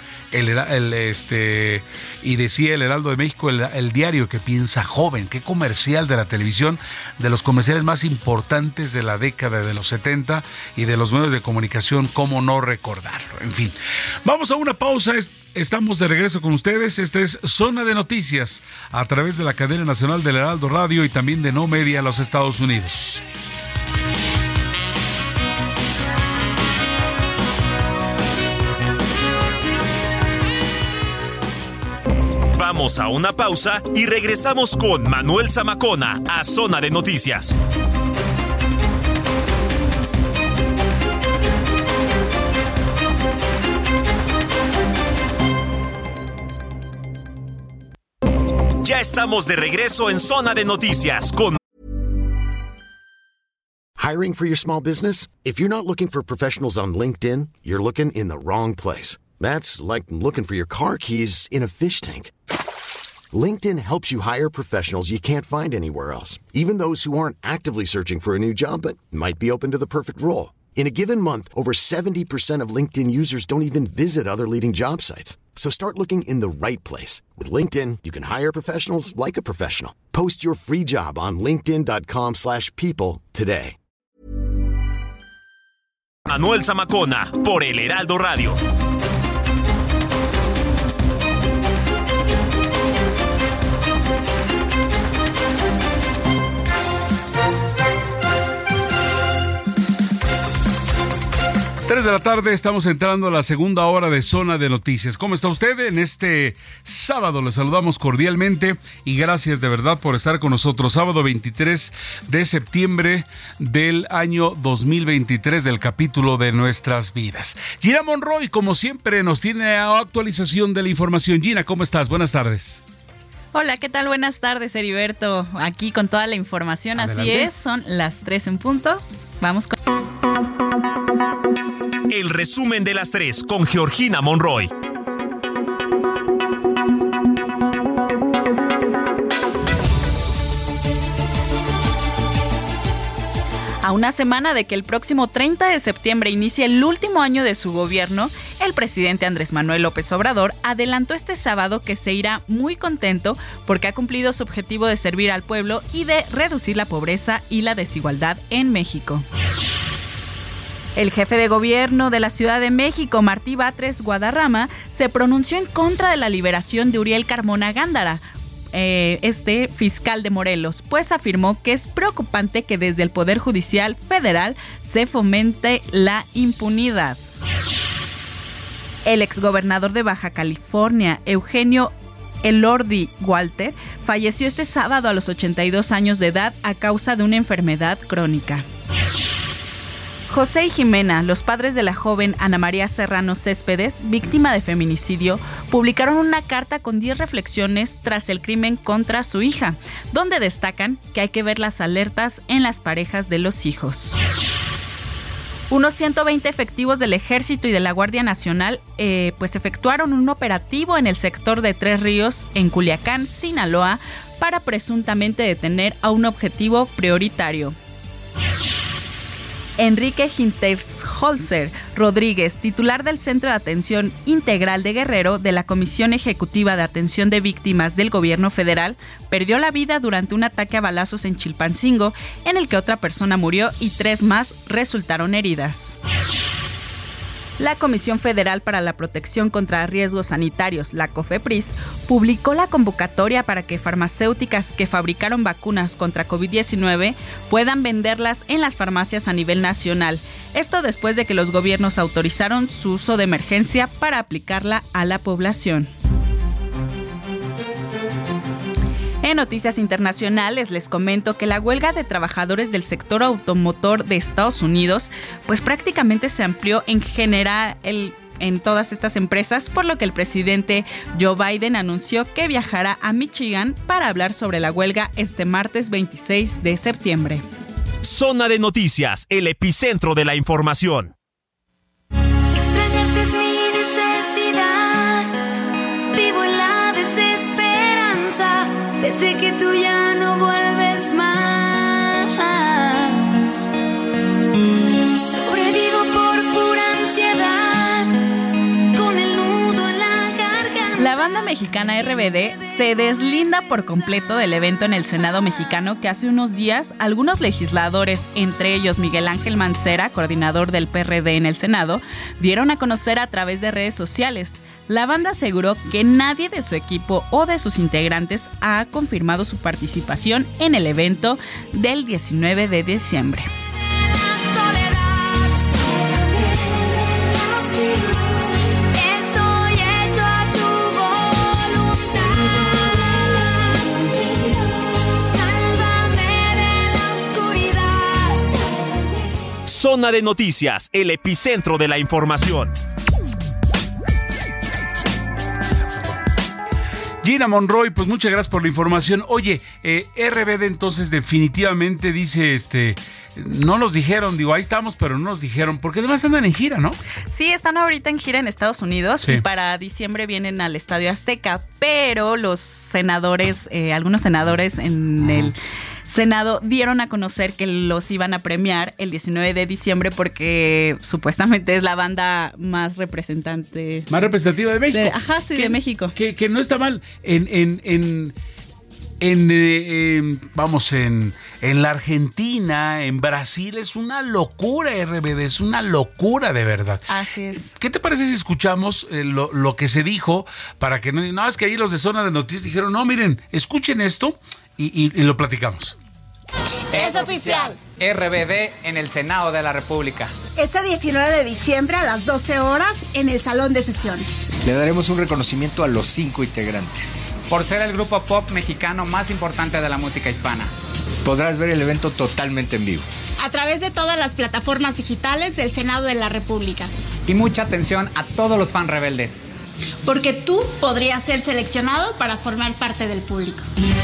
Y decía el Heraldo de México, el diario que piensa joven. Qué comercial de la televisión, de los comerciales más importantes de la década de los 70 y de los medios de comunicación, cómo no recordarlo. En fin, vamos a una pausa. Estamos de regreso con ustedes. Esta es Zona de Noticias a través de la cadena nacional del Heraldo Radio y también de No Media, los Estados Unidos. Vamos a una pausa y regresamos con Manuel Zamacona a Zona de Noticias. Ya estamos de regreso en Zona de Noticias con Hiring for your small business? If you're not looking for professionals on LinkedIn, you're looking in the wrong place. That's like looking for your car keys in a fish tank. LinkedIn helps you hire professionals you can't find anywhere else, even those who aren't actively searching for a new job but might be open to the perfect role. In a given month, over 70% of LinkedIn users don't even visit other leading job sites. So start looking in the right place. With LinkedIn, you can hire professionals like a professional. Post your free job on linkedin.com/people today. Manuel Zamacona por el Heraldo Radio. 3 de la tarde, estamos entrando a la segunda hora de Zona de Noticias. ¿Cómo está usted? En este sábado le saludamos cordialmente y gracias de verdad por estar con nosotros. Sábado 23 de septiembre del año 2023 del capítulo de Nuestras Vidas. Gina Monroy, como siempre, nos tiene actualización de la información. Gina, ¿cómo estás? Buenas tardes. Hola, ¿qué tal? Buenas tardes, Heriberto. Aquí con toda la información. Adelante. Así es, son las 3 en punto. Vamos con... El resumen de las 3 con Georgina Monroy. A una semana de que el próximo 30 de septiembre inicie el último año de su gobierno, el presidente Andrés Manuel López Obrador adelantó este sábado que se irá muy contento porque ha cumplido su objetivo de servir al pueblo y de reducir la pobreza y la desigualdad en México. El jefe de gobierno de la Ciudad de México, Martí Batres Guadarrama, se pronunció en contra de la liberación de Uriel Carmona Gándara, fiscal de Morelos, pues afirmó que es preocupante que desde el Poder Judicial Federal se fomente la impunidad. El exgobernador de Baja California, Eugenio Elordi Walter, falleció este sábado a los 82 años de edad a causa de una enfermedad crónica. José y Jimena, los padres de la joven Ana María Serrano Céspedes, víctima de feminicidio, publicaron una carta con 10 reflexiones tras el crimen contra su hija, donde destacan que hay que ver las alertas en las parejas de los hijos. Unos 120 efectivos del Ejército y de la Guardia Nacional efectuaron un operativo en el sector de Tres Ríos, en Culiacán, Sinaloa, para presuntamente detener a un objetivo prioritario. Enrique Hintersholzer Rodríguez, titular del Centro de Atención Integral de Guerrero de la Comisión Ejecutiva de Atención de Víctimas del Gobierno Federal, perdió la vida durante un ataque a balazos en Chilpancingo, en el que otra persona murió y 3 más resultaron heridas. La Comisión Federal para la Protección contra Riesgos Sanitarios, la COFEPRIS, publicó la convocatoria para que farmacéuticas que fabricaron vacunas contra COVID-19 puedan venderlas en las farmacias a nivel nacional. Esto después de que los gobiernos autorizaron su uso de emergencia para aplicarla a la población. En noticias internacionales les comento que la huelga de trabajadores del sector automotor de Estados Unidos pues prácticamente se amplió en general en todas estas empresas, por lo que el presidente Joe Biden anunció que viajará a Michigan para hablar sobre la huelga este martes 26 de septiembre. Zona de Noticias, el epicentro de la información. Extrañarte es mi necesidad. Vivo en la desesperanza desde que tú ya no vuelves más. Sobrevivo por pura ansiedad, con el nudo en la garganta. La banda mexicana RBD se deslinda por completo del evento en el Senado mexicano que hace unos días algunos legisladores, entre ellos Miguel Ángel Mancera, coordinador del PRD en el Senado, dieron a conocer a través de redes sociales. La banda aseguró que nadie de su equipo o de sus integrantes ha confirmado su participación en el evento del 19 de diciembre. Estoy hecho a tu voluntad. Sálvame de la oscuridad. Zona de Noticias, el epicentro de la información. Gina Monroy, pues muchas gracias por la información. Oye, RBD entonces definitivamente dice, no nos dijeron, digo, ahí estamos, pero no nos dijeron, porque además andan en gira, ¿no? Sí, están ahorita en gira en Estados Unidos, sí. Y para diciembre vienen al Estadio Azteca, pero los senadores, algunos senadores en el Senado dieron a conocer que los iban a premiar el 19 de diciembre porque supuestamente es la banda más representante. Más representativa de México. De México. Que no está mal. En la Argentina, en Brasil, es una locura RBD, es una locura de verdad. Así es. ¿Qué te parece si escuchamos lo que se dijo para que no, es que ahí los de Zona de Noticias dijeron, no, miren, escuchen esto y lo platicamos. Es oficial. RBD en el Senado de la República. Este 19 de diciembre a las 12 horas en el Salón de Sesiones. Le daremos un reconocimiento a los 5 integrantes. Por ser el grupo pop mexicano más importante de la música hispana. Podrás ver el evento totalmente en vivo. A través de todas las plataformas digitales del Senado de la República. Y mucha atención a todos los fans rebeldes. Porque tú podrías ser seleccionado para formar parte del público.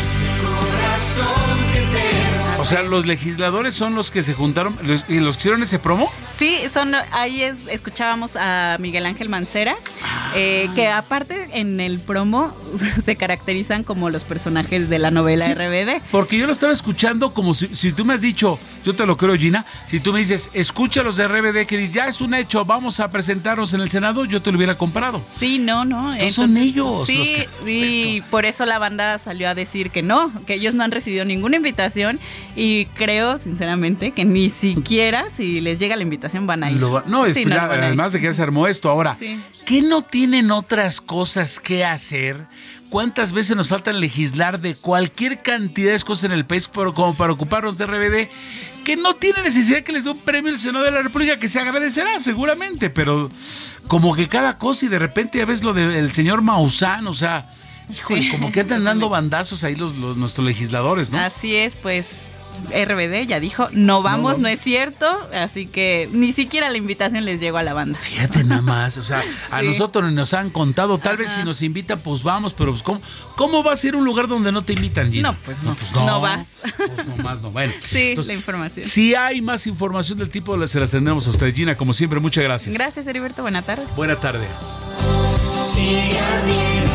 O sea, los legisladores son los que se juntaron y los que hicieron ese promo. Sí, escuchábamos a Miguel Ángel Mancera, que aparte en el promo se caracterizan como los personajes de la novela, sí, RBD. Porque yo lo estaba escuchando como si tú me has dicho, yo te lo creo, Gina, si tú me dices, escucha los de RBD, que ya es un hecho, vamos a presentarnos en el Senado, yo te lo hubiera comprado. Sí, no. Entonces, son ellos. Sí, y por eso la banda salió a decir que no, que ellos no han recibido ninguna invitación y creo, sinceramente, que ni siquiera si les llega la invitación van a ir. Además de que ya se armó esto. Ahora, sí. ¿Qué no tienen otras cosas que hacer? ¿Cuántas veces nos falta legislar de cualquier cantidad de cosas en el país como para ocuparnos de RBD? Que no tiene necesidad que les dé un premio al Senado de la República, que se agradecerá seguramente, pero como que cada cosa y de repente ya ves lo del señor Maussan, o sea, híjole, sí, como que andan dando bandazos ahí nuestros legisladores, ¿no? Así es, pues RBD ya dijo, no vamos, no es cierto, así que ni siquiera la invitación les llegó a la banda. Fíjate nada más, o sea, a nosotros nos han contado, tal vez si nos invitan, pues vamos, pero pues ¿cómo va a ser un lugar donde no te invitan, Gina? No, pues no vas. Pues nomás no, bueno. Sí, entonces, la información. Si hay más información del tipo, se las tendremos a usted, Gina, como siempre, muchas gracias. Gracias, Heriberto, buena tarde. Buena tarde. Siga bien,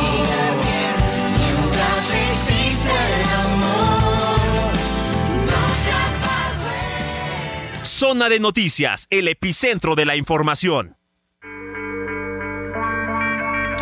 mientras exista el amor, no se apague. Zona de Noticias, el epicentro de la información.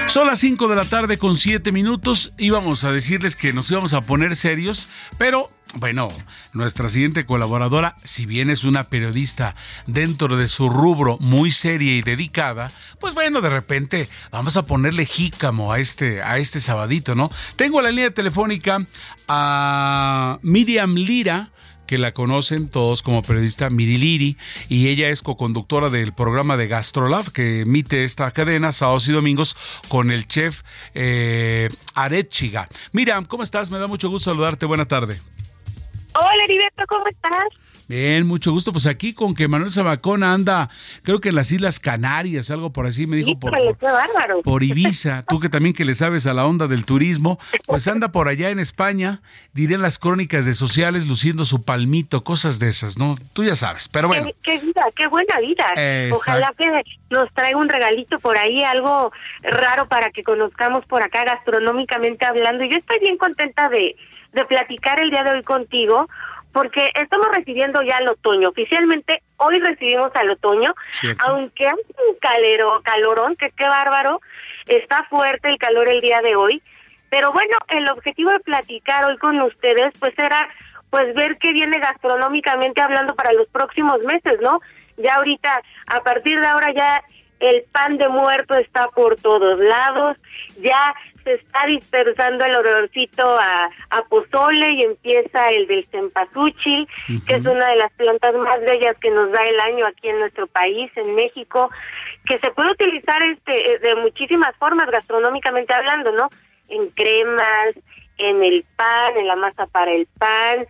Son las 5 de la tarde con 7 minutos. Íbamos a decirles que nos íbamos a poner serios, pero bueno, nuestra siguiente colaboradora, si bien es una periodista dentro de su rubro muy seria y dedicada, pues bueno, de repente vamos a ponerle jícamo a este sabadito, ¿no? Tengo la línea telefónica a Miriam Lira, que la conocen todos como periodista Miri Liri, y ella es coconductora del programa de GastroLab que emite esta cadena sábados y domingos con el chef Arechiga. Miriam, ¿cómo estás? Me da mucho gusto saludarte. Buena tarde. Hola, Heriberto, ¿cómo estás? Bien, mucho gusto. Pues aquí con que Manuel Zamacona anda, creo que en las Islas Canarias, algo por así, me dijo, por Ibiza. Tú que también que le sabes a la onda del turismo, pues anda por allá en España, diré en las crónicas de sociales, luciendo su palmito, cosas de esas, ¿no? Tú ya sabes, pero bueno. Qué vida, qué buena vida. Ojalá que nos traiga un regalito por ahí, algo raro para que conozcamos por acá gastronómicamente hablando. Y yo estoy bien contenta de platicar el día de hoy contigo, porque estamos recibiendo ya el otoño. Oficialmente hoy recibimos al otoño, ¿cierto? Aunque hay un calorón, que qué bárbaro, está fuerte el calor el día de hoy, pero bueno, el objetivo de platicar hoy con ustedes pues era pues ver qué viene gastronómicamente hablando para los próximos meses, ¿no? Ya ahorita, a partir de ahora ya el pan de muerto está por todos lados, ya se está dispersando el olorcito a pozole y empieza el del cempasúchil, que es una de las plantas más bellas que nos da el año aquí en nuestro país, en México, que se puede utilizar de muchísimas formas gastronómicamente hablando, ¿no? En cremas, en el pan, en la masa para el pan,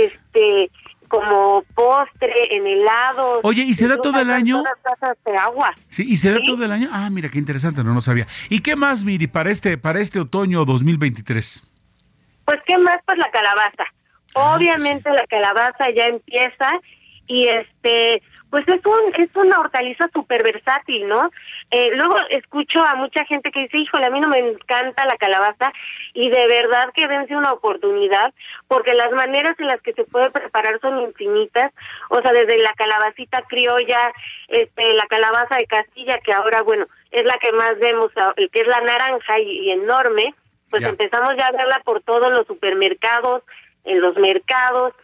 como postre, en helados. Oye, ¿y se da todo el año? De agua. Sí, ¿y se da todo el año? Ah, mira, qué interesante, no sabía. ¿Y qué más, Miri, para este otoño 2023? Pues, ¿qué más? Pues la calabaza. Obviamente la calabaza ya empieza y pues es una hortaliza súper versátil, ¿no? Luego escucho a mucha gente que dice, híjole, a mí no me encanta la calabaza, y de verdad que dense una oportunidad, porque las maneras en las que se puede preparar son infinitas, o sea, desde la calabacita criolla, la calabaza de Castilla, que ahora, bueno, es la que más vemos, que es la naranja y enorme, pues empezamos ya a verla por todos los supermercados, en los mercados,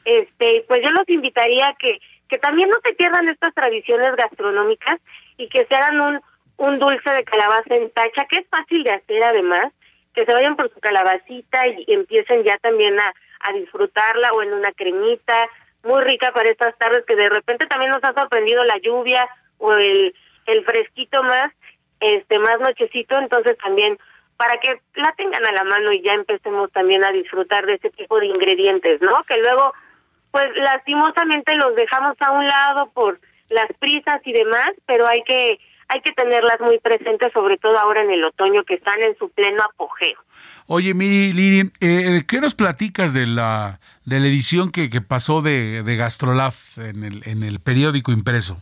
pues yo los invitaría a que también no se pierdan estas tradiciones gastronómicas y que se hagan un dulce de calabaza en tacha, que es fácil de hacer además, que se vayan por su calabacita y empiecen ya también a disfrutarla, o en una cremita muy rica para estas tardes que de repente también nos ha sorprendido la lluvia o el fresquito más nochecito, entonces también para que la tengan a la mano y ya empecemos también a disfrutar de ese tipo de ingredientes, ¿no? Que luego pues lastimosamente los dejamos a un lado por las prisas y demás, pero hay que tenerlas muy presentes, sobre todo ahora en el otoño, que están en su pleno apogeo. Oye, Miri Liri, ¿qué nos platicas de la edición que pasó de GastroLab en el periódico impreso?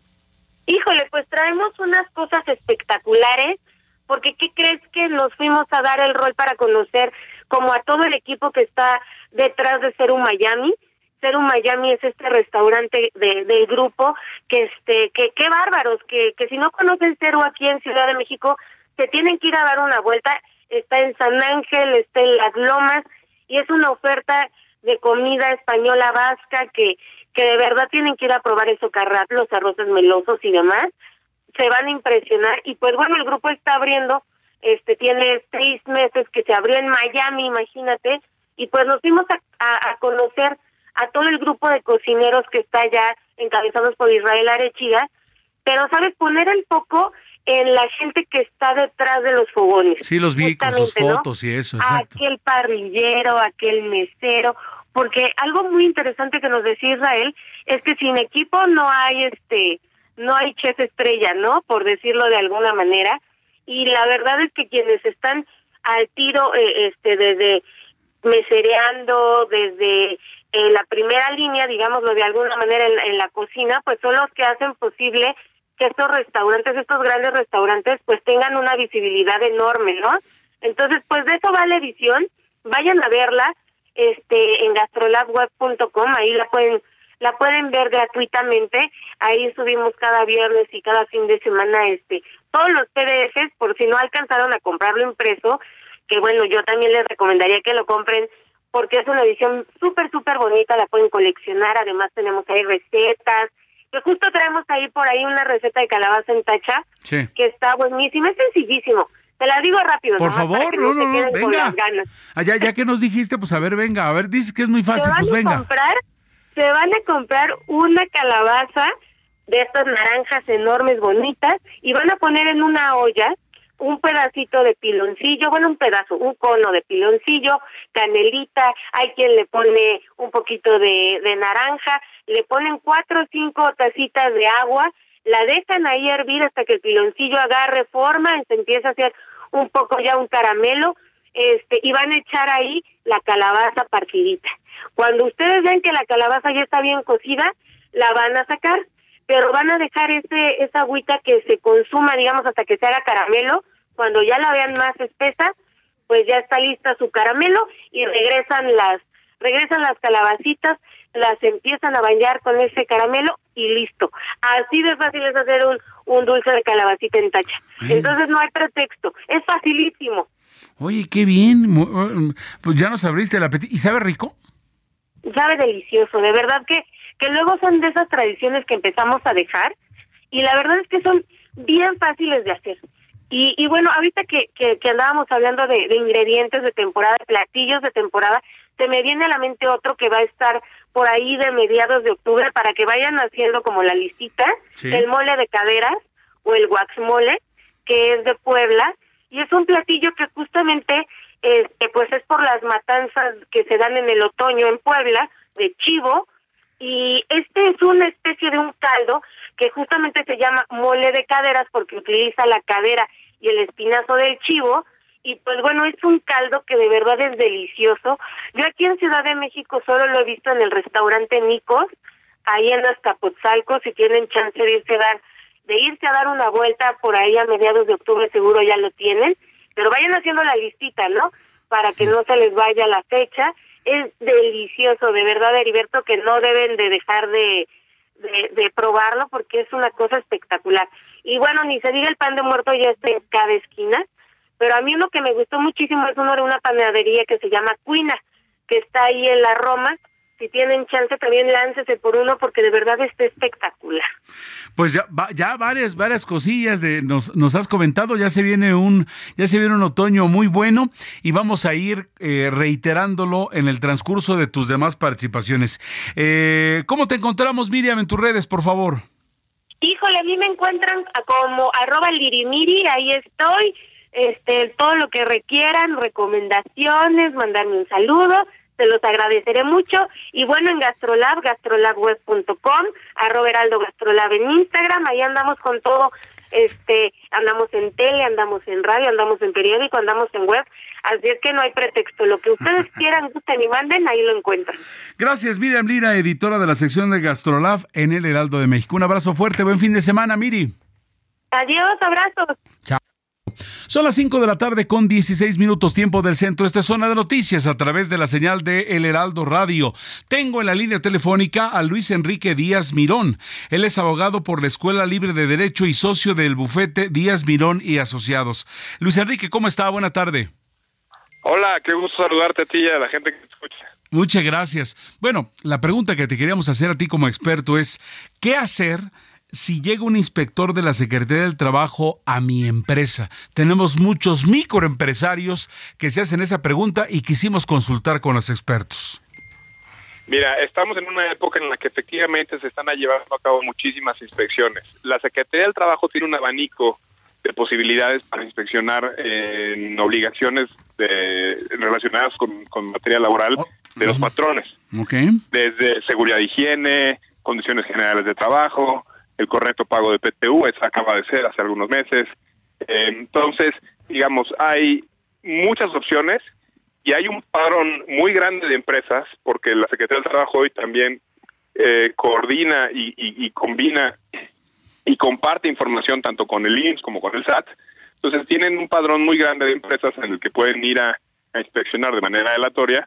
Híjole, pues traemos unas cosas espectaculares, porque ¿qué crees? Que nos fuimos a dar el rol para conocer como a todo el equipo que está detrás de Serum Miami. Serum Miami es este restaurante del grupo que qué bárbaros, que si no conocen Serum aquí en Ciudad de México, se tienen que ir a dar una vuelta. Está en San Ángel, está en Las Lomas, y es una oferta de comida española vasca que de verdad tienen que ir a probar el socarrat, los arroces melosos y demás. Se van a impresionar. Y pues bueno, el grupo está abriendo, tiene 3 meses que se abrió en Miami, imagínate, y pues nos fuimos a conocer a todo el grupo de cocineros que está allá, encabezados por Israel Arechiga, pero, ¿sabes? Poner el foco en la gente que está detrás de los fogones. Sí, los vi con sus fotos, ¿no? Y eso, exacto. Aquel parrillero, aquel mesero, porque algo muy interesante que nos decía Israel es que sin equipo no hay chef estrella, ¿no? Por decirlo de alguna manera, y la verdad es que quienes están al tiro, desde mesereando, desde la primera línea, digámoslo de alguna manera, en la cocina, pues son los que hacen posible que estos grandes restaurantes, pues tengan una visibilidad enorme, ¿no? Entonces, pues de eso va la edición. Vayan a verla en gastrolabweb.com, ahí la pueden ver gratuitamente. Ahí subimos cada viernes y cada fin de semana todos los PDFs, por si no alcanzaron a comprarlo impreso, que bueno, yo también les recomendaría que lo compren, porque es una edición súper bonita, la pueden coleccionar. Además tenemos ahí recetas, que justo traemos ahí por ahí una receta de calabaza en tacha, sí, que está buenísima, es sencillísimo. Te la digo rápido. Por favor, no, venga. Ya que nos dijiste, pues a ver, venga, a ver, dices que es muy fácil, pues venga. Se van a comprar una calabaza de estas naranjas enormes, bonitas, y van a poner en una olla un pedacito de piloncillo, un cono de piloncillo, canelita, hay quien le pone un poquito de naranja, le ponen 4 o 5 tacitas de agua, la dejan ahí hervir hasta que el piloncillo agarre forma, se empieza a hacer un poco ya un caramelo, y van a echar ahí la calabaza partidita. Cuando ustedes ven que la calabaza ya está bien cocida, la van a sacar, pero van a dejar esa agüita que se consuma, digamos, hasta que se haga caramelo. Cuando ya la vean más espesa, pues ya está lista su caramelo y regresan las calabacitas, las empiezan a bañar con ese caramelo y listo. Así de fácil es hacer un dulce de calabacita en tacha. Entonces no hay pretexto, es facilísimo. Oye, qué bien, pues ya nos abriste el apetito. ¿Y sabe rico? Sabe delicioso, de verdad que luego son de esas tradiciones que empezamos a dejar, y la verdad es que son bien fáciles de hacer. Y bueno, ahorita que andábamos hablando de ingredientes de temporada, platillos de temporada, se me viene a la mente otro que va a estar por ahí de mediados de octubre, para que vayan haciendo como la listita, sí. El mole de caderas o el guaxmole, que es de Puebla, y es un platillo que justamente pues es por las matanzas que se dan en el otoño en Puebla, de chivo, y es una especie de un caldo que justamente se llama mole de caderas porque utiliza la cadera y el espinazo del chivo, y pues bueno, es un caldo que de verdad es delicioso. Yo aquí en Ciudad de México solo lo he visto en el restaurante Nicos, ahí en Azcapotzalco. Si tienen chance de irse a dar una vuelta por ahí a mediados de octubre, seguro ya lo tienen, pero vayan haciendo la listita, ¿no? Para que no se les vaya la fecha. Es delicioso, de verdad, Heriberto, que no deben de dejar de probarlo, porque es una cosa espectacular. Y bueno, ni se diga, el pan de muerto ya está en cada esquina, pero a mí uno que me gustó muchísimo es uno de una panadería que se llama Cuina, que está ahí en la Roma. Si tienen chance, también láncese por uno, porque de verdad está espectacular. Pues ya varias cosillas nos has comentado. Ya se viene un otoño muy bueno, y vamos a ir reiterándolo en el transcurso de tus demás participaciones. ¿Cómo te encontramos, Miriam, en tus redes, por favor? Híjole, a mí me encuentran como @lirimiri, ahí estoy. Todo lo que requieran, recomendaciones, mandarme un saludo, se los agradeceré mucho. Y bueno, en Gastrolab, gastrolabweb.com, @heraldogastrolab en Instagram, ahí andamos con todo, andamos en tele, andamos en radio, andamos en periódico, andamos en web, así es que no hay pretexto, lo que ustedes quieran, gusten y manden, ahí lo encuentran. Gracias, Miriam Lira, editora de la sección de Gastrolab en el Heraldo de México. Un abrazo fuerte, buen fin de semana, Miri. Adiós, abrazos. Chao. Son las 5 de la tarde con 16 minutos, tiempo del centro. Esta es Zona de Noticias a través de la señal de El Heraldo Radio. Tengo en la línea telefónica a Luis Enrique Díaz Mirón. Él es abogado por la Escuela Libre de Derecho y socio del bufete Díaz Mirón y Asociados. Luis Enrique, ¿cómo está? Buena tarde. Hola, qué gusto saludarte a ti y a la gente que te escucha. Muchas gracias. Bueno, la pregunta que te queríamos hacer a ti como experto es, ¿qué hacer si llega un inspector de la Secretaría del Trabajo a mi empresa? Tenemos muchos microempresarios que se hacen esa pregunta y quisimos consultar con los expertos. Mira, estamos en una época en la que efectivamente se están llevando a cabo muchísimas inspecciones. La Secretaría del Trabajo tiene un abanico de posibilidades para inspeccionar en obligaciones relacionadas con materia laboral de los patrones. Okay. Desde seguridad e higiene, condiciones generales de trabajo, el correcto pago de PTU, eso acaba de ser hace algunos meses. Entonces, digamos, hay muchas opciones y hay un padrón muy grande de empresas, porque la Secretaría del Trabajo hoy también coordina y combina y comparte información tanto con el IMSS como con el SAT. Entonces tienen un padrón muy grande de empresas en el que pueden ir a inspeccionar de manera aleatoria.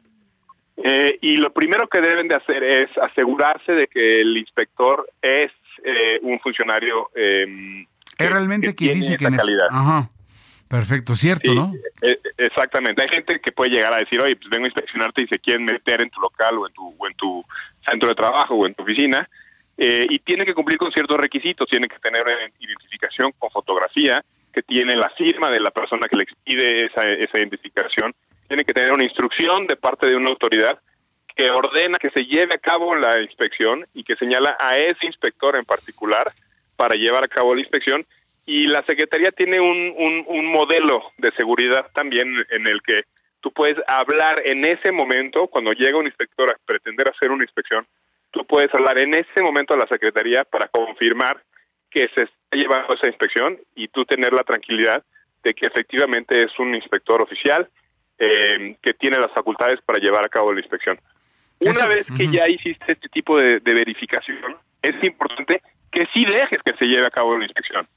Y lo primero que deben de hacer es asegurarse de que el inspector es un funcionario Es realmente quien dice que calidad. Ajá. Perfecto, cierto, Sí, ¿no? Exactamente. Hay gente que puede llegar a decir, oye, pues vengo a inspeccionarte y se quieren meter en tu local o en tu centro de trabajo o en tu oficina, y tiene que cumplir con ciertos requisitos. Tiene que tener una identificación con fotografía, que tiene la firma de la persona que le expide esa identificación. Tiene que tener una instrucción de parte de una autoridad que ordena que se lleve a cabo la inspección y que señala a ese inspector en particular para llevar a cabo la inspección. Y la Secretaría tiene un modelo de seguridad también en el que tú puedes hablar en ese momento, cuando llega un inspector a pretender hacer una inspección, tú puedes hablar en ese momento a la Secretaría para confirmar que se está llevando esa inspección y tú tener la tranquilidad de que efectivamente es un inspector oficial que tiene las facultades para llevar a cabo la inspección. Una vez que ya hiciste este tipo de verificación, es importante que sí dejes que se lleve a cabo la inspección.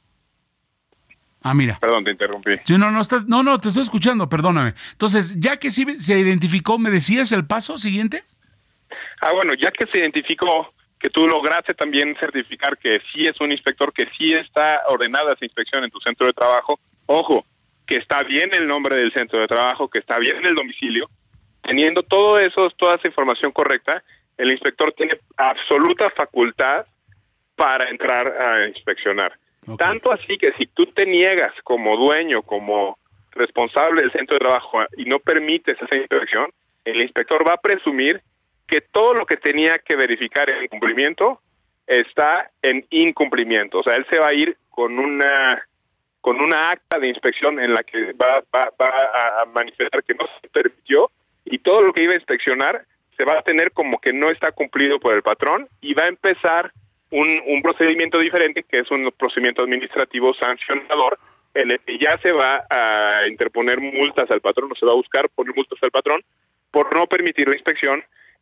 Ah, mira. Perdón, te interrumpí. Sí, no, te estoy escuchando, perdóname. Entonces, ya que sí se identificó, ¿me decías el paso siguiente? Bueno, ya que se identificó, que tú lograste también certificar que sí es un inspector, que sí está ordenada esa inspección en tu centro de trabajo, ojo, que está bien el nombre del centro de trabajo, que está bien el domicilio, teniendo toda esa información correcta, el inspector tiene absoluta facultad para entrar a inspeccionar. Okay. Tanto así que si tú te niegas como dueño, como responsable del centro de trabajo y no permites esa inspección, el inspector va a presumir que todo lo que tenía que verificar en cumplimiento está en incumplimiento. O sea, él se va a ir con una acta de inspección en la que va a manifestar que no se permitió, y todo lo que iba a inspeccionar se va a tener como que no está cumplido por el patrón, y va a empezar un procedimiento diferente, que es un procedimiento administrativo sancionador, en el que ya se va a interponer multas al patrón, o se va a buscar poner multas al patrón por no permitir la inspección,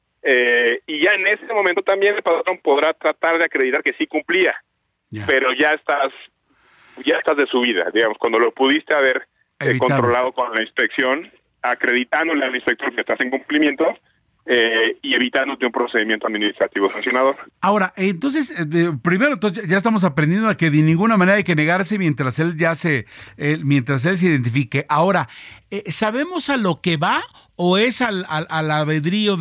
y ya en ese momento también el patrón podrá tratar de acreditar que sí cumplía, pero ya estás de su vida, digamos, cuando lo pudiste haber controlado con la inspección, acreditándole al inspector que estás en cumplimiento, y evitándote un procedimiento administrativo sancionador. Ahora, entonces, primero ya estamos aprendiendo a que de ninguna manera hay que negarse mientras él se identifique. Ahora, ¿sabemos a lo que va o es al albedrío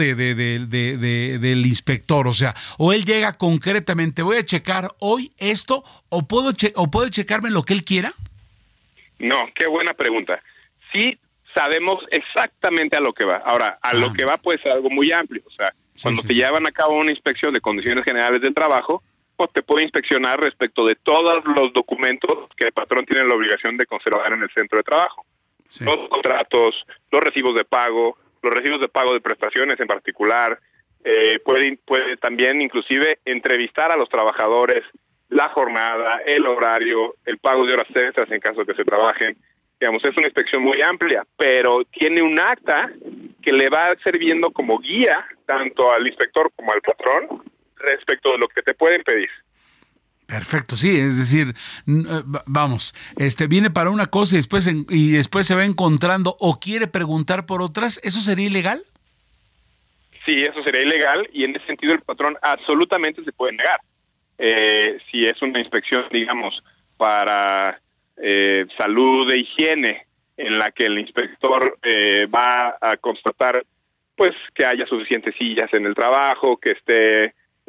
del inspector? O sea, o él llega concretamente, voy a checar hoy esto, o puede checarme lo que él quiera. No, qué buena pregunta. Sí, sabemos exactamente a lo que va. Ahora, lo que va puede ser algo muy amplio. O sea, cuando te llevan a cabo una inspección de condiciones generales del trabajo, pues te puede inspeccionar respecto de todos los documentos que el patrón tiene la obligación de conservar en el centro de trabajo. Sí. Los contratos, los recibos de pago de prestaciones en particular. Puede también inclusive entrevistar a los trabajadores, la jornada, el horario, el pago de horas extras en caso de que se trabajen. Digamos, es una inspección muy amplia, pero tiene un acta que le va sirviendo como guía tanto al inspector como al patrón respecto de lo que te pueden pedir. Perfecto, sí, es decir, vamos, viene para una cosa y después se va encontrando o quiere preguntar por otras. ¿Eso sería ilegal? Sí, eso sería ilegal, y en ese sentido el patrón absolutamente se puede negar. Si es una inspección, digamos, para salud e higiene, en la que el inspector va a constatar pues que haya suficientes sillas en el trabajo, que esté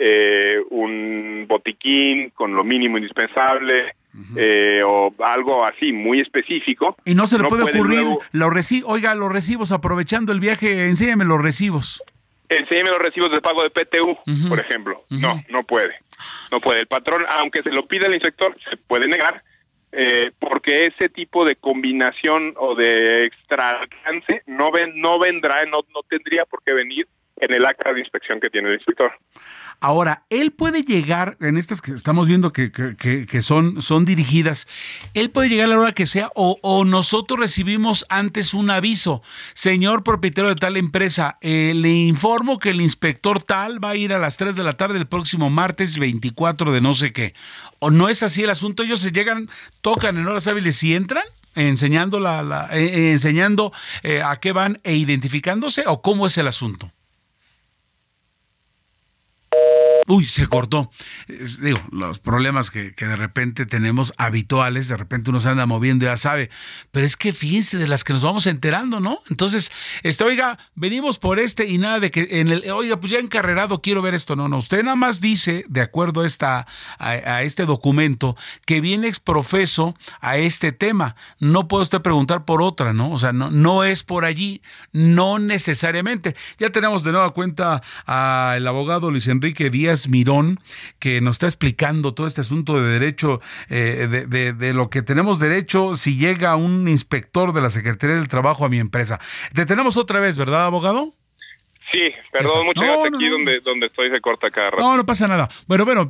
un botiquín con lo mínimo indispensable, o algo así muy específico. Y no se le puede ocurrir, oiga, los recibos, aprovechando el viaje, enséñame los recibos. Enséñame los recibos de pago de PTU, por ejemplo. No puede. El patrón, aunque se lo pida el inspector, se puede negar, porque ese tipo de combinación o de extra alcance no vendrá, no tendría por qué venir en el acta de inspección que tiene el inspector. Ahora, él puede llegar, en estas que estamos viendo que son dirigidas, él puede llegar a la hora que sea, o nosotros recibimos antes un aviso: señor propietario de tal empresa, le informo que el inspector tal va a ir a las 3 de la tarde el próximo martes 24 de no sé qué. ¿O no es así el asunto? Ellos se llegan, tocan en horas hábiles y entran enseñando enseñando a qué van e identificándose, ¿o cómo es el asunto? Uy, se cortó. Digo, los problemas que de repente tenemos habituales, de repente uno se anda moviendo, ya sabe. Pero es que fíjense de las que nos vamos enterando, ¿no? Entonces, oiga, venimos por y nada de que oiga, pues ya encarrerado quiero ver esto. No, usted nada más dice, de acuerdo a este documento, que viene exprofeso a este tema. No puede usted preguntar por otra, ¿no? O sea, no es por allí, no necesariamente. Ya tenemos de nueva cuenta al abogado Luis Enrique Díaz Mirón, que nos está explicando todo este asunto de derecho, de lo que tenemos derecho si llega un inspector de la Secretaría del Trabajo a mi empresa. Te tenemos otra vez, ¿verdad, abogado? Sí, perdón, muchas gracias. Aquí donde estoy se corta cada rato. No pasa nada. Bueno,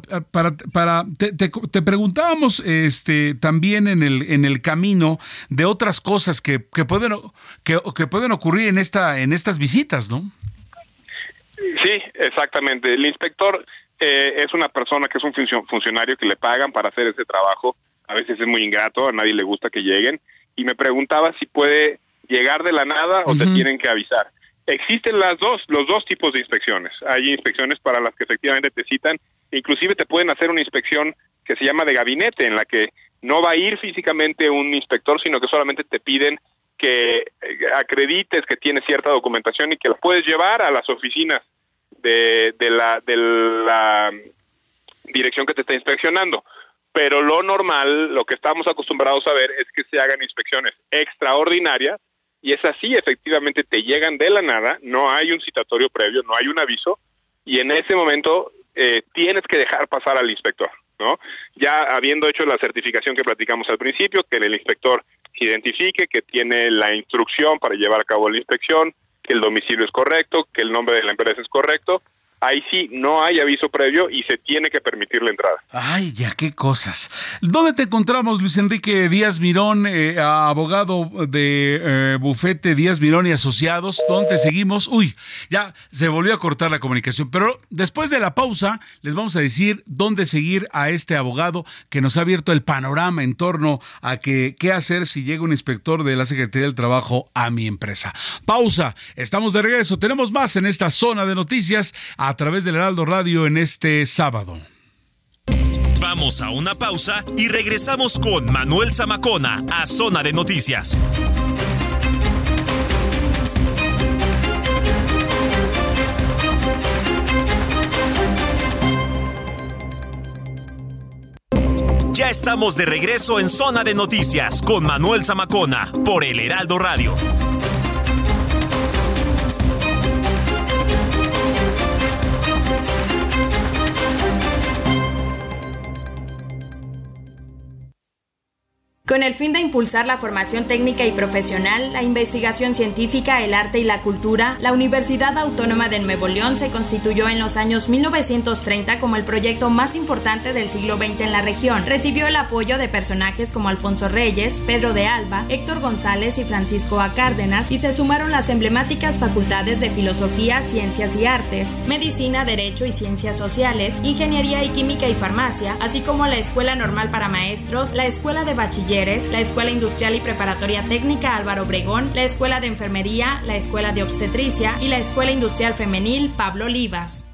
te preguntábamos también en el camino de otras cosas que pueden ocurrir en estas visitas, ¿no? Sí, exactamente. El inspector es una persona que es un funcionario que le pagan para hacer ese trabajo. A veces es muy ingrato, a nadie le gusta que lleguen. Y me preguntaba si puede llegar de la nada o te tienen que avisar. Existen los dos tipos de inspecciones. Hay inspecciones para las que efectivamente te citan, inclusive te pueden hacer una inspección que se llama de gabinete, en la que no va a ir físicamente un inspector, sino que solamente te piden que acredites que tienes cierta documentación y que la puedes llevar a las oficinas de la dirección que te está inspeccionando. Pero lo normal, lo que estamos acostumbrados a ver, es que se hagan inspecciones extraordinarias. Y es así, efectivamente, te llegan de la nada, no hay un citatorio previo, no hay un aviso, y en ese momento tienes que dejar pasar al inspector, ¿no? Ya habiendo hecho la certificación que platicamos al principio, que el inspector se identifique, que tiene la instrucción para llevar a cabo la inspección, que el domicilio es correcto, que el nombre de la empresa es correcto, ahí sí no hay aviso previo y se tiene que permitir la entrada. Ay, ya qué cosas. ¿Dónde te encontramos, Luis Enrique Díaz Mirón, abogado de Bufete Díaz Mirón y Asociados? ¿Dónde te seguimos? Uy, ya se volvió a cortar la comunicación, pero después de la pausa les vamos a decir dónde seguir a este abogado que nos ha abierto el panorama en torno a qué hacer si llega un inspector de la Secretaría del Trabajo a mi empresa. Pausa, estamos de regreso, tenemos más en esta zona de noticias a través del Heraldo Radio en este sábado. Vamos a una pausa y regresamos con Manuel Zamacona a Zona de Noticias. Ya estamos de regreso en Zona de Noticias con Manuel Zamacona por el Heraldo Radio. Con el fin de impulsar la formación técnica y profesional, la investigación científica, el arte y la cultura, la Universidad Autónoma de Nuevo León se constituyó en los años 1930 como el proyecto más importante del siglo XX en la región. Recibió el apoyo de personajes como Alfonso Reyes, Pedro de Alba, Héctor González y Francisco A. Cárdenas, y se sumaron las emblemáticas facultades de Filosofía, Ciencias y Artes, Medicina, Derecho y Ciencias Sociales, Ingeniería y Química y Farmacia, así como la Escuela Normal para Maestros, la Escuela de Bachilleres, la Escuela Industrial y Preparatoria Técnica Álvaro Obregón, la Escuela de Enfermería, la Escuela de Obstetricia y la Escuela Industrial Femenil Pablo Olivas.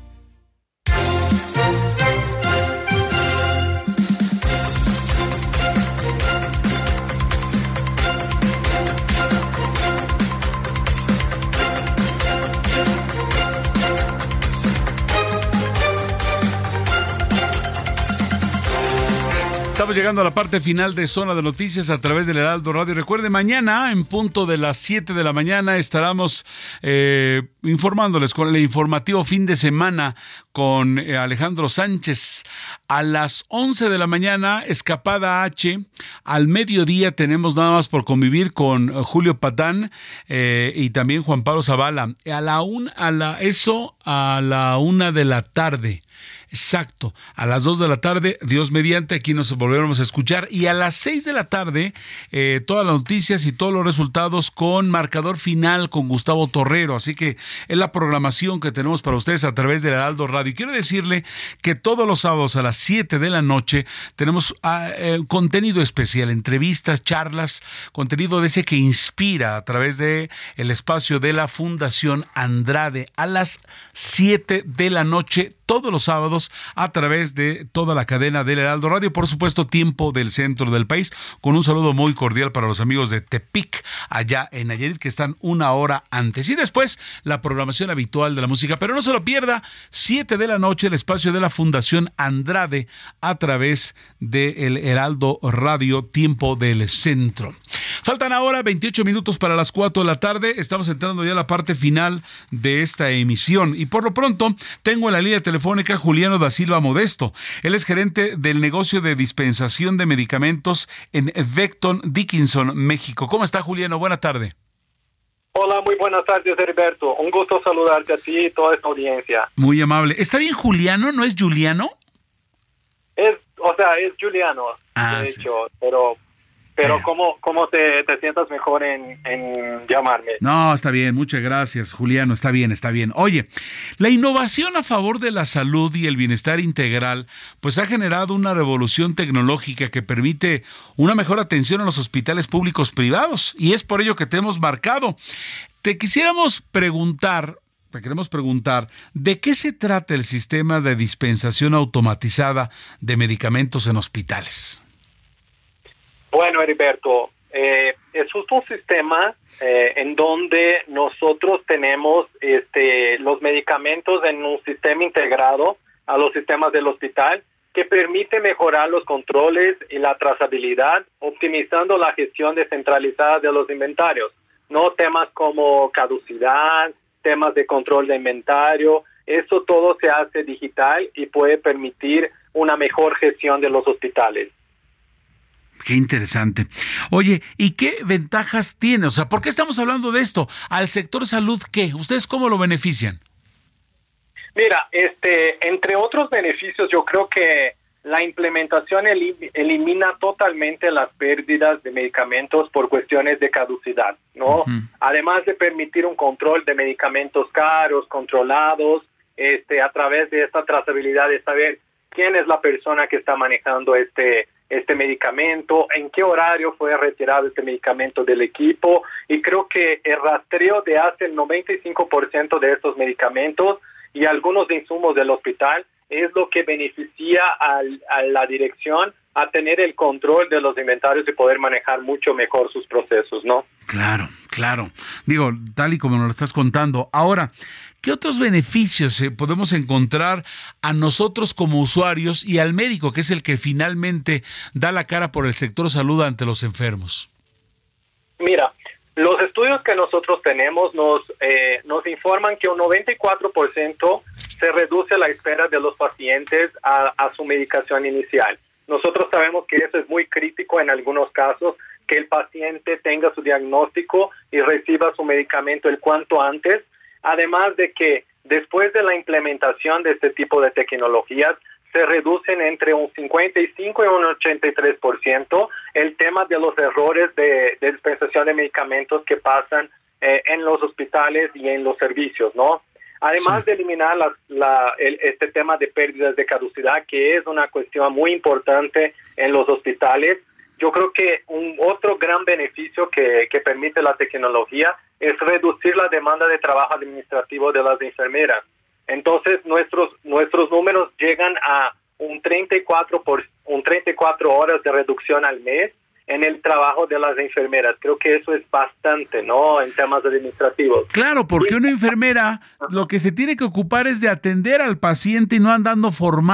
Estamos llegando a la parte final de Zona de Noticias a través del Heraldo Radio. Recuerde, mañana en punto de las 7 de la mañana estaremos informándoles con el informativo fin de semana con Alejandro Sánchez. A las 11 de la mañana, Escapada H. Al mediodía tenemos nada más por convivir con Julio Patán y también Juan Pablo Zavala. A la 1 de la tarde. Exacto, a las 2 de la tarde, Dios mediante, aquí nos volveremos a escuchar, y a las 6 de la tarde, todas las noticias y todos los resultados con marcador final con Gustavo Torrero, así que es la programación que tenemos para ustedes a través del Heraldo Radio. Y quiero decirle que todos los sábados a las 7 de la noche tenemos contenido especial, entrevistas, charlas, contenido de ese que inspira a través de el espacio de la Fundación Andrade a las 7 de la noche todos los sábados a través de toda la cadena del Heraldo Radio, por supuesto, tiempo del centro del país, con un saludo muy cordial para los amigos de Tepic, allá en Nayarit, que están una hora antes. Y después, la programación habitual de la música, pero no se lo pierda, 7 de la noche, el espacio de la Fundación Andrade a través de el Heraldo Radio, tiempo del centro. Faltan ahora 28 minutos para las 4 de la tarde. Estamos entrando ya a la parte final de esta emisión y por lo pronto tengo en la línea telefónica a Juliano da Silva Modesto. Él es gerente del negocio de dispensación de medicamentos en Becton Dickinson, México. ¿Cómo está, Juliano? Buena tarde. Hola, muy buenas tardes, Heriberto. Un gusto saludarte a ti y toda esta audiencia. Muy amable. ¿Está bien Juliano? ¿No es Juliano? Es Juliano, de hecho, sí. Pero ¿cómo te sientas mejor en llamarme? No, está bien, muchas gracias, Juliano, está bien. Oye, la innovación a favor de la salud y el bienestar integral, pues ha generado una revolución tecnológica que permite una mejor atención a los hospitales públicos privados, y es por ello que te hemos marcado. Te queremos preguntar, ¿de qué se trata el sistema de dispensación automatizada de medicamentos en hospitales? Bueno, Heriberto, es justo un sistema en donde nosotros tenemos los medicamentos en un sistema integrado a los sistemas del hospital que permite mejorar los controles y la trazabilidad, optimizando la gestión descentralizada de los inventarios. No temas como caducidad, temas de control de inventario, eso todo se hace digital y puede permitir una mejor gestión de los hospitales. Qué interesante. Oye, ¿y qué ventajas tiene? O sea, ¿por qué estamos hablando de esto? ¿Al sector salud qué? ¿Ustedes cómo lo benefician? Mira, entre otros beneficios, yo creo que la implementación elimina totalmente las pérdidas de medicamentos por cuestiones de caducidad, ¿no? Uh-huh. Además de permitir un control de medicamentos caros, controlados, a través de esta trazabilidad de saber quién es la persona que está manejando este medicamento, en qué horario fue retirado este medicamento del equipo, y creo que el rastreo de hace el 95% de estos medicamentos y algunos insumos del hospital es lo que beneficia a la dirección a tener el control de los inventarios y poder manejar mucho mejor sus procesos, ¿no? Claro. Digo, tal y como nos lo estás contando. Ahora, ¿qué otros beneficios podemos encontrar a nosotros como usuarios y al médico, que es el que finalmente da la cara por el sector salud ante los enfermos? Mira, los estudios que nosotros tenemos nos informan que un 94% se reduce la espera de los pacientes a su medicación inicial. Nosotros sabemos que eso es muy crítico en algunos casos, que el paciente tenga su diagnóstico y reciba su medicamento el cuanto antes. Además de que después de la implementación de este tipo de tecnologías, se reducen entre un 55 y un 83% el tema de los errores de dispensación de medicamentos que pasan en los hospitales y en los servicios, ¿no? Además de eliminar este tema de pérdidas de caducidad, que es una cuestión muy importante en los hospitales, yo creo que un otro gran beneficio que permite la tecnología es reducir la demanda de trabajo administrativo de las enfermeras. Entonces, nuestros números llegan a un 34 horas de reducción al mes en el trabajo de las enfermeras. Creo que eso es bastante, ¿no?, en temas administrativos. Claro, porque una enfermera lo que se tiene que ocupar es de atender al paciente y no andando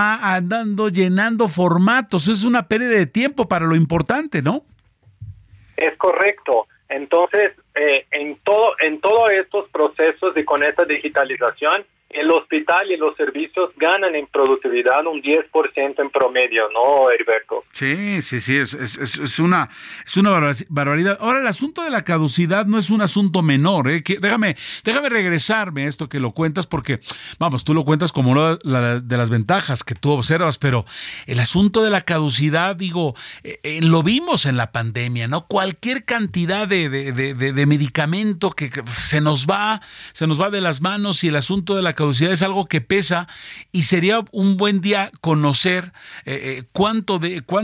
llenando formatos. Es una pérdida de tiempo para lo importante, ¿no? Es correcto. Entonces, en todos estos procesos y con esta digitalización, el hospital y los servicios ganan en productividad un 10% en promedio, ¿no, Heriberto? Sí, es una barbaridad. Ahora, el asunto de la caducidad no es un asunto menor, ¿eh? Déjame regresarme a esto que lo cuentas, porque, vamos, tú lo cuentas como una de las ventajas que tú observas, pero el asunto de la caducidad, digo, lo vimos en la pandemia, ¿no? Cualquier cantidad de medicamento que se nos va de las manos, y el asunto de la caducidad es algo que pesa, y sería un buen día conocer cuánta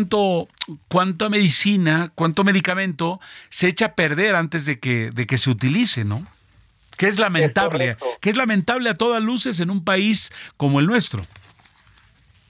medicina, cuánto medicamento se echa a perder antes de que se utilice, ¿no? Que es lamentable a todas luces en un país como el nuestro.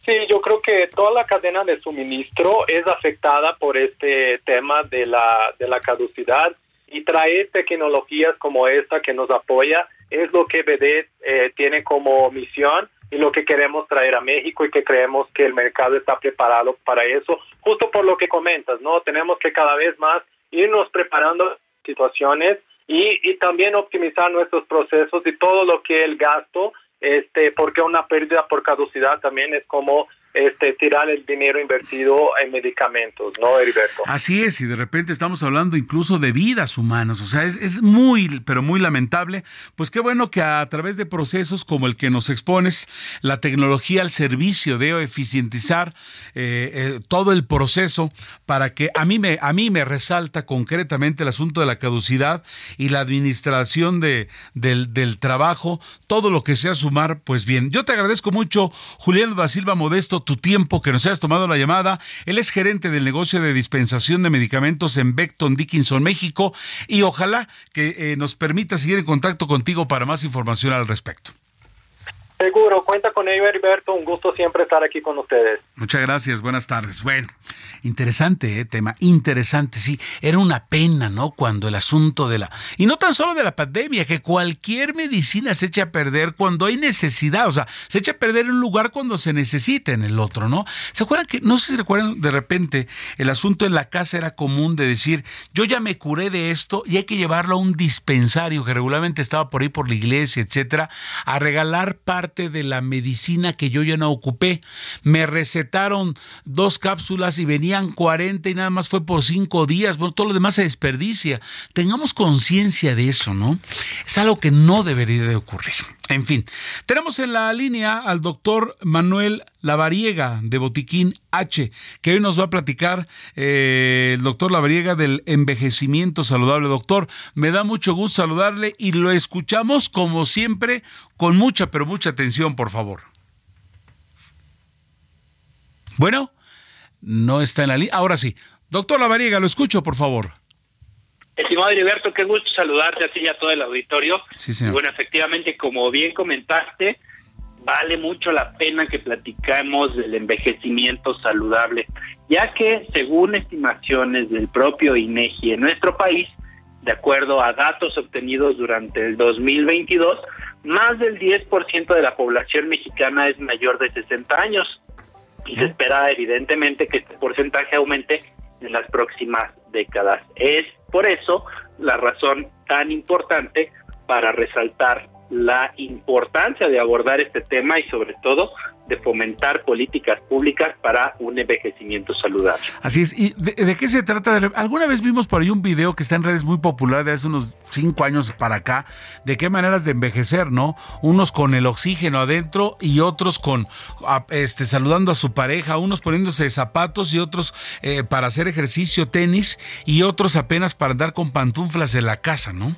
Sí, yo creo que toda la cadena de suministro es afectada por este tema de la caducidad, y traer tecnologías como esta que nos apoya es lo que Vedet tiene como misión y lo que queremos traer a México, y que creemos que el mercado está preparado para eso, justo por lo que comentas, ¿no? Tenemos que cada vez más irnos preparando situaciones y también optimizar nuestros procesos y todo lo que el gasto, porque una pérdida por caducidad también es como tirar el dinero invertido en medicamentos, ¿no, Heriberto? Así es, y de repente estamos hablando incluso de vidas humanas, o sea, es muy, pero muy lamentable. Pues qué bueno que a través de procesos como el que nos expones, la tecnología al servicio de eficientizar todo el proceso, para que a mí me resalta concretamente el asunto de la caducidad y la administración del trabajo, todo lo que sea sumar, pues bien. Yo te agradezco mucho, Juliano da Silva Modesto, tu tiempo, que nos hayas tomado la llamada. Él es gerente del negocio de dispensación de medicamentos en Becton Dickinson, México, y ojalá que nos permita seguir en contacto contigo para más información al respecto. Seguro, cuenta con ello, Heriberto, un gusto siempre estar aquí con ustedes. Muchas gracias, buenas tardes. Bueno, interesante tema, interesante, sí. Era una pena, ¿no? Cuando el asunto y no tan solo de la pandemia, que cualquier medicina se echa a perder cuando hay necesidad, o sea, se echa a perder en un lugar cuando se necesita en el otro, ¿no? ¿Se acuerdan que, no sé si recuerdan, de repente, el asunto en la casa era común de decir, yo ya me curé de esto y hay que llevarlo a un dispensario que regularmente estaba por ahí por la iglesia, etcétera, a regalar parte de la medicina que yo ya no ocupé? Me recetaron 2 cápsulas y venían 40 y nada más fue por 5 días. Bueno, todo lo demás se desperdicia. Tengamos conciencia de eso, ¿no? Es algo que no debería de ocurrir. En fin, tenemos en la línea al doctor Manuel Lavariega de Botiquín H, que hoy nos va a platicar el doctor Lavariega del envejecimiento saludable. Doctor, me da mucho gusto saludarle y lo escuchamos como siempre con mucha, pero mucha atención, por favor. Bueno, no está en la línea. Ahora sí. Doctor Lavariega, lo escucho, por favor. Estimado Heriberto, qué gusto saludarte así a todo el auditorio. Sí, señor. Y bueno, efectivamente, como bien comentaste, vale mucho la pena que platicamos del envejecimiento saludable, ya que según estimaciones del propio INEGI en nuestro país, de acuerdo a datos obtenidos durante el 2022, más del 10% de la población mexicana es mayor de 60 años y se espera evidentemente que este porcentaje aumente en las próximas décadas. Es por eso la razón tan importante para resaltar la importancia de abordar este tema y sobre todo de fomentar políticas públicas para un envejecimiento saludable. Así es. ¿Y de qué se trata? Alguna vez vimos por ahí un video que está en redes muy popular de hace unos 5 años para acá, de qué maneras de envejecer, ¿no? Unos con el oxígeno adentro y otros con saludando a su pareja, unos poniéndose zapatos y otros para hacer ejercicio, tenis, y otros apenas para andar con pantuflas en la casa, ¿no?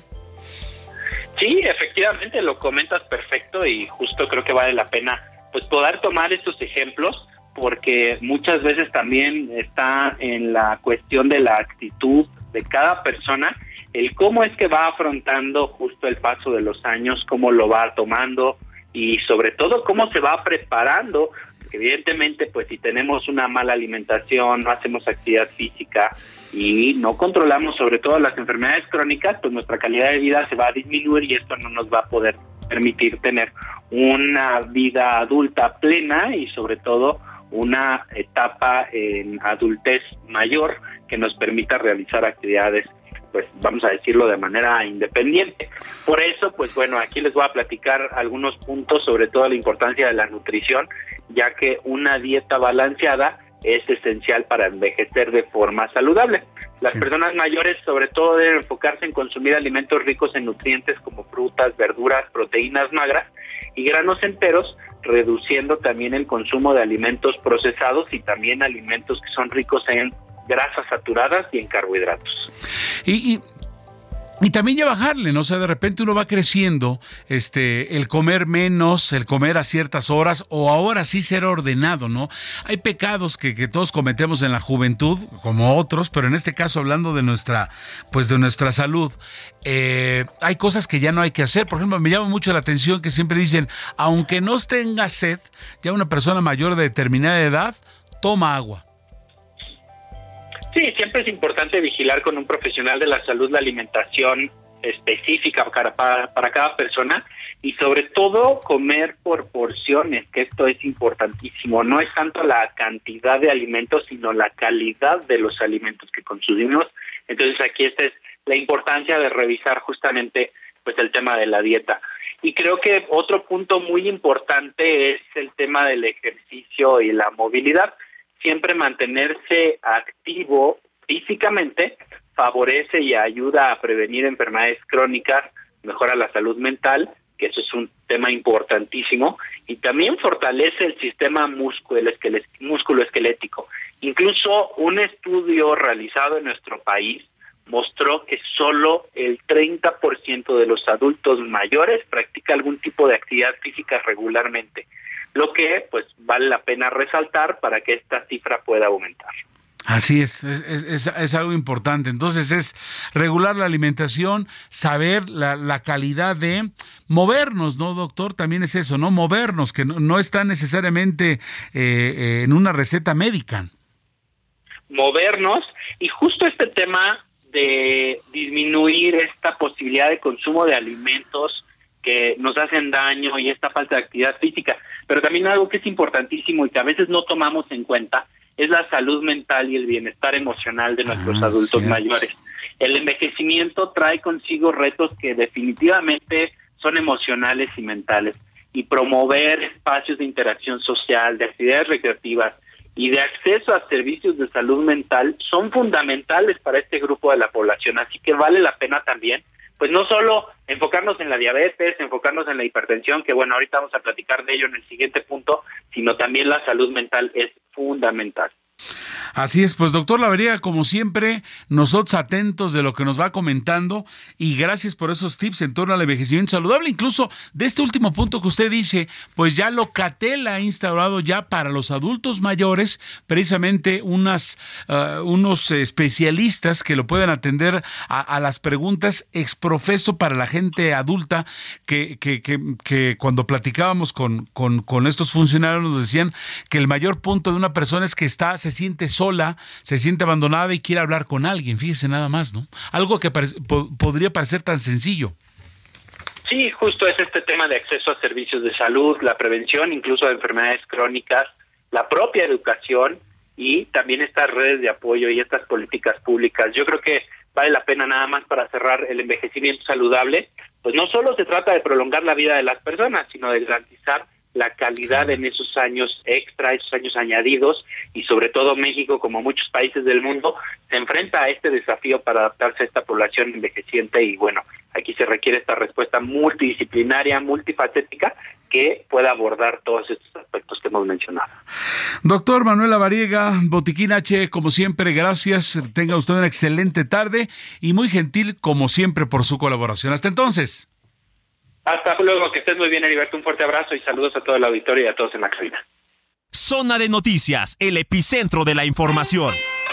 Sí, efectivamente, lo comentas perfecto y justo creo que vale la pena pues poder tomar estos ejemplos, porque muchas veces también está en la cuestión de la actitud de cada persona, el cómo es que va afrontando justo el paso de los años, cómo lo va tomando y sobre todo cómo se va preparando, porque evidentemente pues si tenemos una mala alimentación, no hacemos actividad física y no controlamos sobre todo las enfermedades crónicas, pues nuestra calidad de vida se va a disminuir y esto no nos va a poder permitir tener una vida adulta plena y sobre todo una etapa en adultez mayor que nos permita realizar actividades, pues vamos a decirlo de manera independiente. Por eso, pues bueno, aquí les voy a platicar algunos puntos, sobre todo la importancia de la nutrición, ya que una dieta balanceada es esencial para envejecer de forma saludable. Las personas mayores sobre todo deben enfocarse en consumir alimentos ricos en nutrientes como frutas, verduras, proteínas magras y granos enteros, reduciendo también el consumo de alimentos procesados y también alimentos que son ricos en grasas saturadas y en carbohidratos. Y Y también ya bajarle, ¿no? O sea, de repente uno va creciendo, el comer menos, el comer a ciertas horas, o ahora sí ser ordenado, ¿no? Hay pecados que todos cometemos en la juventud, como otros, pero en este caso hablando de nuestra salud, hay cosas que ya no hay que hacer. Por ejemplo, me llama mucho la atención que siempre dicen, aunque no tenga sed, ya una persona mayor de determinada edad toma agua. Sí, siempre es importante vigilar con un profesional de la salud la alimentación específica para cada persona y sobre todo comer por porciones, que esto es importantísimo. No es tanto la cantidad de alimentos, sino la calidad de los alimentos que consumimos. Entonces aquí esta es la importancia de revisar justamente pues el tema de la dieta. Y creo que otro punto muy importante es el tema del ejercicio y la movilidad. Siempre mantenerse activo físicamente favorece y ayuda a prevenir enfermedades crónicas, mejora la salud mental, que eso es un tema importantísimo, y también fortalece el sistema musculoesquelético. Incluso un estudio realizado en nuestro país mostró que solo el 30% de los adultos mayores practica algún tipo de actividad física regularmente, lo que pues vale la pena resaltar para que esta cifra pueda aumentar. Así es algo importante. Entonces es regular la alimentación, saber la calidad de movernos, ¿no, doctor? También es eso, ¿no? Movernos, que no está necesariamente en una receta médica. Movernos, y justo este tema de disminuir esta posibilidad de consumo de alimentos que nos hacen daño y esta falta de actividad física, pero también algo que es importantísimo y que a veces no tomamos en cuenta es la salud mental y el bienestar emocional de nuestros adultos mayores. El envejecimiento trae consigo retos que definitivamente son emocionales y mentales, y promover espacios de interacción social, de actividades recreativas y de acceso a servicios de salud mental son fundamentales para este grupo de la población, así que vale la pena también pues no solo enfocarnos en la diabetes, enfocarnos en la hipertensión, que bueno, ahorita vamos a platicar de ello en el siguiente punto, sino también la salud mental es fundamental. Así es, pues doctor Lavariega, como siempre, nosotros atentos de lo que nos va comentando y gracias por esos tips en torno al envejecimiento saludable, incluso de este último punto que usted dice, pues ya Locatel ha instaurado ya para los adultos mayores precisamente unos especialistas que lo puedan atender a las preguntas exprofeso para la gente adulta que cuando platicábamos con estos funcionarios nos decían que el mayor punto de una persona es que se siente sola, se siente abandonada y quiere hablar con alguien, fíjese nada más, ¿no? Algo que podría parecer tan sencillo. Sí, justo es este tema de acceso a servicios de salud, la prevención incluso de enfermedades crónicas, la propia educación y también estas redes de apoyo y estas políticas públicas. Yo creo que vale la pena nada más para cerrar el envejecimiento saludable, pues no solo se trata de prolongar la vida de las personas, sino de garantizar la calidad en esos años extra, esos años añadidos, y sobre todo México, como muchos países del mundo, se enfrenta a este desafío para adaptarse a esta población envejeciente y bueno, aquí se requiere esta respuesta multidisciplinaria, multifacética, que pueda abordar todos estos aspectos que hemos mencionado. Doctor Manuel Lavariega, Botiquín H, como siempre, gracias, tenga usted una excelente tarde y muy gentil, como siempre, por su colaboración. Hasta entonces. Hasta luego, que estés muy bien, Heriberto. Un fuerte abrazo y saludos a todo el auditorio y a todos en la cabina. Zona de Noticias, el epicentro de la información.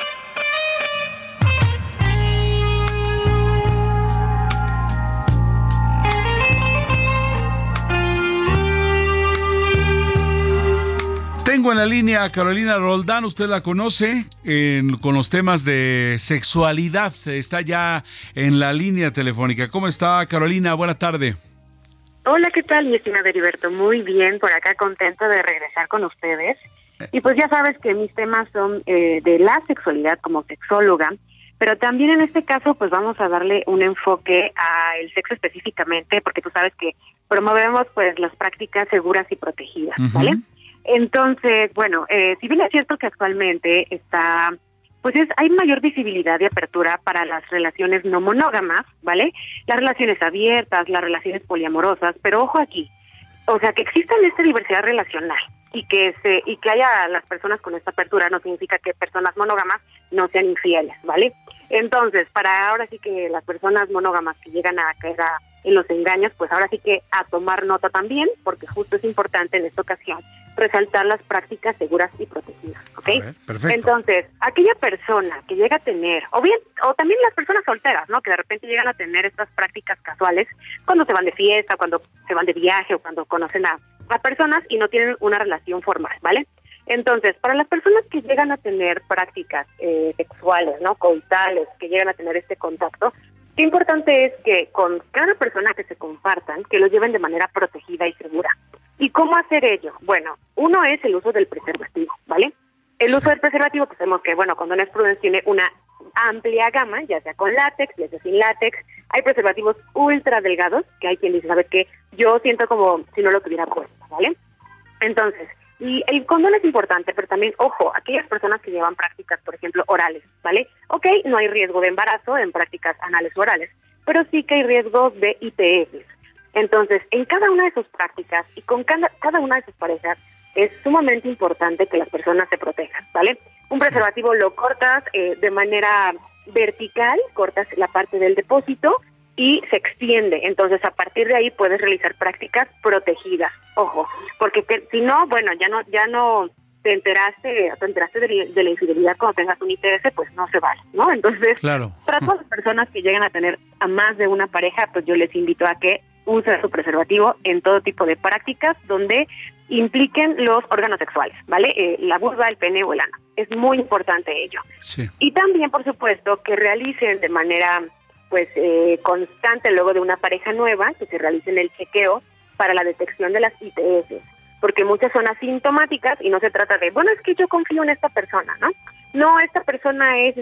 Tengo en la línea a Carolina Roldán, usted la conoce con los temas de sexualidad. Está ya en la línea telefónica. ¿Cómo está, Carolina? Buena tarde. Hola, ¿qué tal, mi estimado Heriberto? Muy bien, por acá contento de regresar con ustedes. Y pues ya sabes que mis temas son de la sexualidad como sexóloga, pero también en este caso pues vamos a darle un enfoque al sexo específicamente, porque tú sabes que promovemos pues las prácticas seguras y protegidas, ¿vale? Entonces, bueno, si bien es cierto que actualmente hay mayor visibilidad y apertura para las relaciones no monógamas, ¿vale? Las relaciones abiertas, las relaciones poliamorosas, pero ojo aquí, o sea, que exista esta diversidad relacional y que haya las personas con esta apertura no significa que personas monógamas no sean infieles, ¿vale? Entonces, para ahora sí que las personas monógamas que llegan a caer en los engaños, pues ahora sí que a tomar nota también, porque justo es importante en esta ocasión resaltar las prácticas seguras y protegidas, ¿ok? Perfecto. Entonces, aquella persona que llega a tener, o también las personas solteras, ¿no? Que de repente llegan a tener estas prácticas casuales cuando se van de fiesta, cuando se van de viaje o cuando conocen a personas y no tienen una relación formal, ¿vale? Entonces, para las personas que llegan a tener prácticas sexuales, ¿no? Coitales, que llegan a tener este contacto, qué importante es que con cada persona que se compartan, que lo lleven de manera protegida y segura. ¿Y cómo hacer ello? Bueno, uno es el uso del preservativo, ¿vale? El uso del preservativo, pues sabemos que, bueno, Condones Prudence tiene una amplia gama, ya sea con látex, ya sea sin látex. Hay preservativos ultra delgados, que hay quien dice, ¿sabes qué? Yo siento como si no lo tuviera puesto, ¿vale? Entonces, y el condón es importante, pero también, ojo, aquellas personas que llevan prácticas, por ejemplo, orales, ¿vale? Ok, no hay riesgo de embarazo en prácticas anales o orales, pero sí que hay riesgo de ITS. Entonces, en cada una de sus prácticas y con cada una de sus parejas, es sumamente importante que las personas se protejan, ¿vale? Un preservativo lo cortas de manera vertical, cortas la parte del depósito y se extiende. Entonces, a partir de ahí puedes realizar prácticas protegidas. Ojo, porque si no, bueno, ya no te enteraste de la infidelidad cuando tengas un ITS, pues no se vale, ¿no? Entonces, para todas las personas que llegan a tener a más de una pareja, pues yo les invito a que usen su preservativo en todo tipo de prácticas donde impliquen los órganos sexuales, ¿vale? La vulva, el pene o el ano. Es muy importante ello. Sí. Y también, por supuesto, que realicen de manera constante luego de una pareja nueva, que se realicen el chequeo para la detección de las ITS, porque muchas son asintomáticas y no se trata de, bueno, es que yo confío en esta persona, ¿no? No, esta persona es,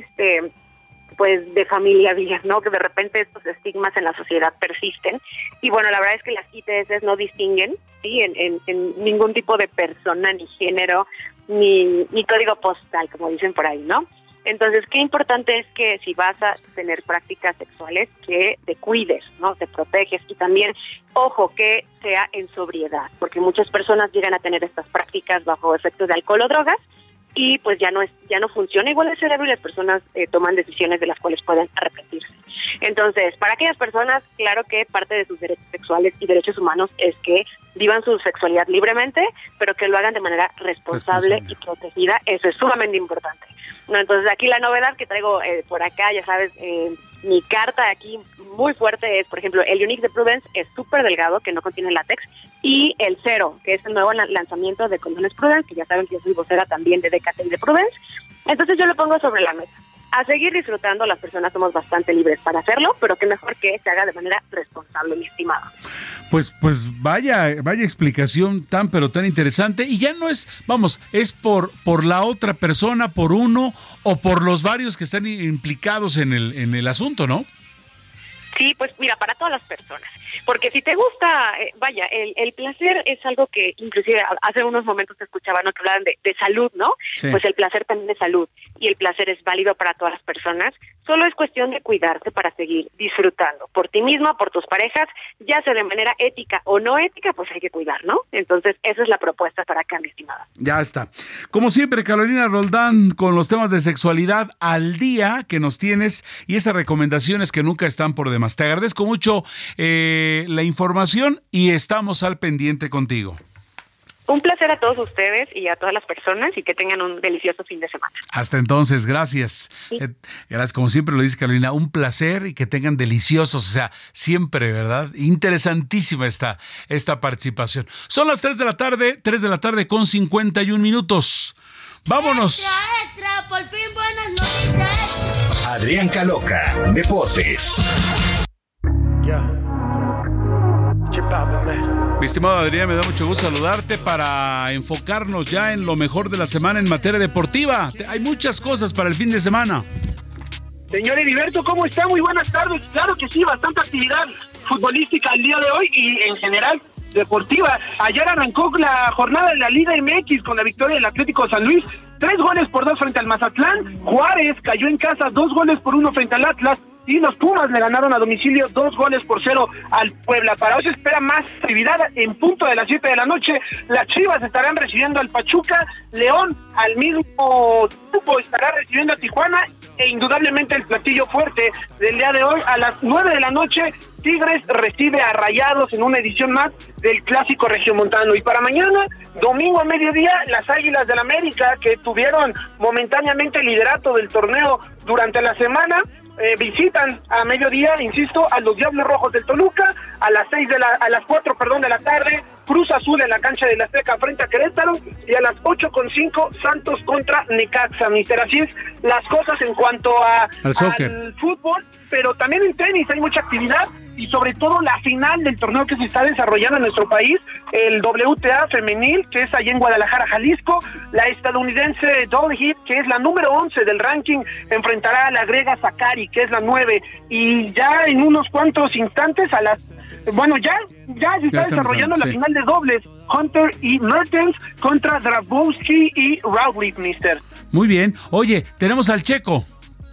pues, de familia bien, ¿no? Que de repente estos estigmas en la sociedad persisten. Y bueno, la verdad es que las ITS no distinguen, ¿sí? En ningún tipo de persona, ni género, ni código postal, como dicen por ahí, ¿no? Entonces, qué importante es que si vas a tener prácticas sexuales, que te cuides, ¿no? Te proteges y también, ojo, que sea en sobriedad, porque muchas personas llegan a tener estas prácticas bajo efectos de alcohol o drogas y pues ya no funciona igual el cerebro y las personas toman decisiones de las cuales pueden arrepentirse. Entonces, para aquellas personas, claro que parte de sus derechos sexuales y derechos humanos es que vivan su sexualidad libremente, pero que lo hagan de manera responsable y protegida. Eso es sumamente importante. No, entonces, aquí la novedad que traigo por acá, ya sabes, mi carta aquí muy fuerte es, por ejemplo, el Unique de Prudence es súper delgado, que no contiene látex, y el Cero, que es el nuevo lanzamiento de Condones Prudence, que ya saben que yo soy vocera también de DKT y de Prudence. Entonces yo lo pongo sobre la mesa. A seguir disfrutando, las personas somos bastante libres para hacerlo, pero que mejor que se haga de manera responsable, mi estimado. Pues vaya explicación tan pero tan interesante, y ya no es, es por la otra persona, por uno o por los varios que están implicados en el asunto, ¿no? Sí, pues mira, para todas las personas, porque si te gusta, el placer es algo que inclusive hace unos momentos te escuchaba, ¿no? Que hablaban de salud, ¿no? Sí. Pues el placer también es salud y el placer es válido para todas las personas, solo es cuestión de cuidarse para seguir disfrutando por ti mismo, por tus parejas, ya sea de manera ética o no ética, pues hay que cuidar, ¿no? Entonces esa es la propuesta para acá, mi estimada. Ya está. Como siempre, Carolina Roldán, con los temas de sexualidad al día que nos tienes y esas recomendaciones que nunca están por demás. Te agradezco mucho la información y estamos al pendiente contigo. Un placer a todos ustedes y a todas las personas y que tengan un delicioso fin de semana. Hasta entonces, gracias. Sí. Gracias, como siempre lo dice Carolina, un placer y que tengan deliciosos, o sea, siempre, ¿verdad? Interesantísima esta participación. Son las 3 de la tarde con 51 minutos. ¡Vámonos! Extra, por fin buenas noticias. Adrián Caloca, Deportes. Mi estimado Adrián, me da mucho gusto saludarte para enfocarnos ya en lo mejor de la semana en materia deportiva. Hay muchas cosas para el fin de semana. Señor Heriberto, ¿cómo está? Muy buenas tardes. Claro que sí, bastante actividad futbolística el día de hoy y en general deportiva. Ayer arrancó la jornada de la Liga MX con la victoria del Atlético San Luis. 3-2 frente al Mazatlán. Juárez cayó en casa 2-1 frente al Atlas. y los Pumas le ganaron a domicilio 2-0 al Puebla. Para hoy se espera más actividad en punto de las 7 de la noche. Las Chivas estarán recibiendo al Pachuca, León al mismo tiempo estará recibiendo a Tijuana, e indudablemente el platillo fuerte del día de hoy a las 9 de la noche, Tigres recibe a Rayados en una edición más del Clásico Regiomontano. Y para mañana, domingo a mediodía, las Águilas del América, que tuvieron momentáneamente el liderato del torneo durante la semana, visitan a mediodía, insisto, a los Diablos Rojos del Toluca. A las 4 de la tarde, Cruz Azul en la cancha de la Azteca frente a Querétaro, y a las 8:05 Santos contra Necaxa, mister. Así es las cosas en cuanto al fútbol, pero también en tenis hay mucha actividad, y sobre todo la final del torneo que se está desarrollando en nuestro país, el WTA femenil, que es allá en Guadalajara, Jalisco. La estadounidense Dolly Heath, que es la número 11 del ranking, enfrentará a la griega Sakkari, que es la 9, y ya en unos cuantos instantes ya se está desarrollando la final de dobles, Hunter y Mertens contra Grabowski y Roglic, mister. Muy bien. Oye, tenemos al Checo.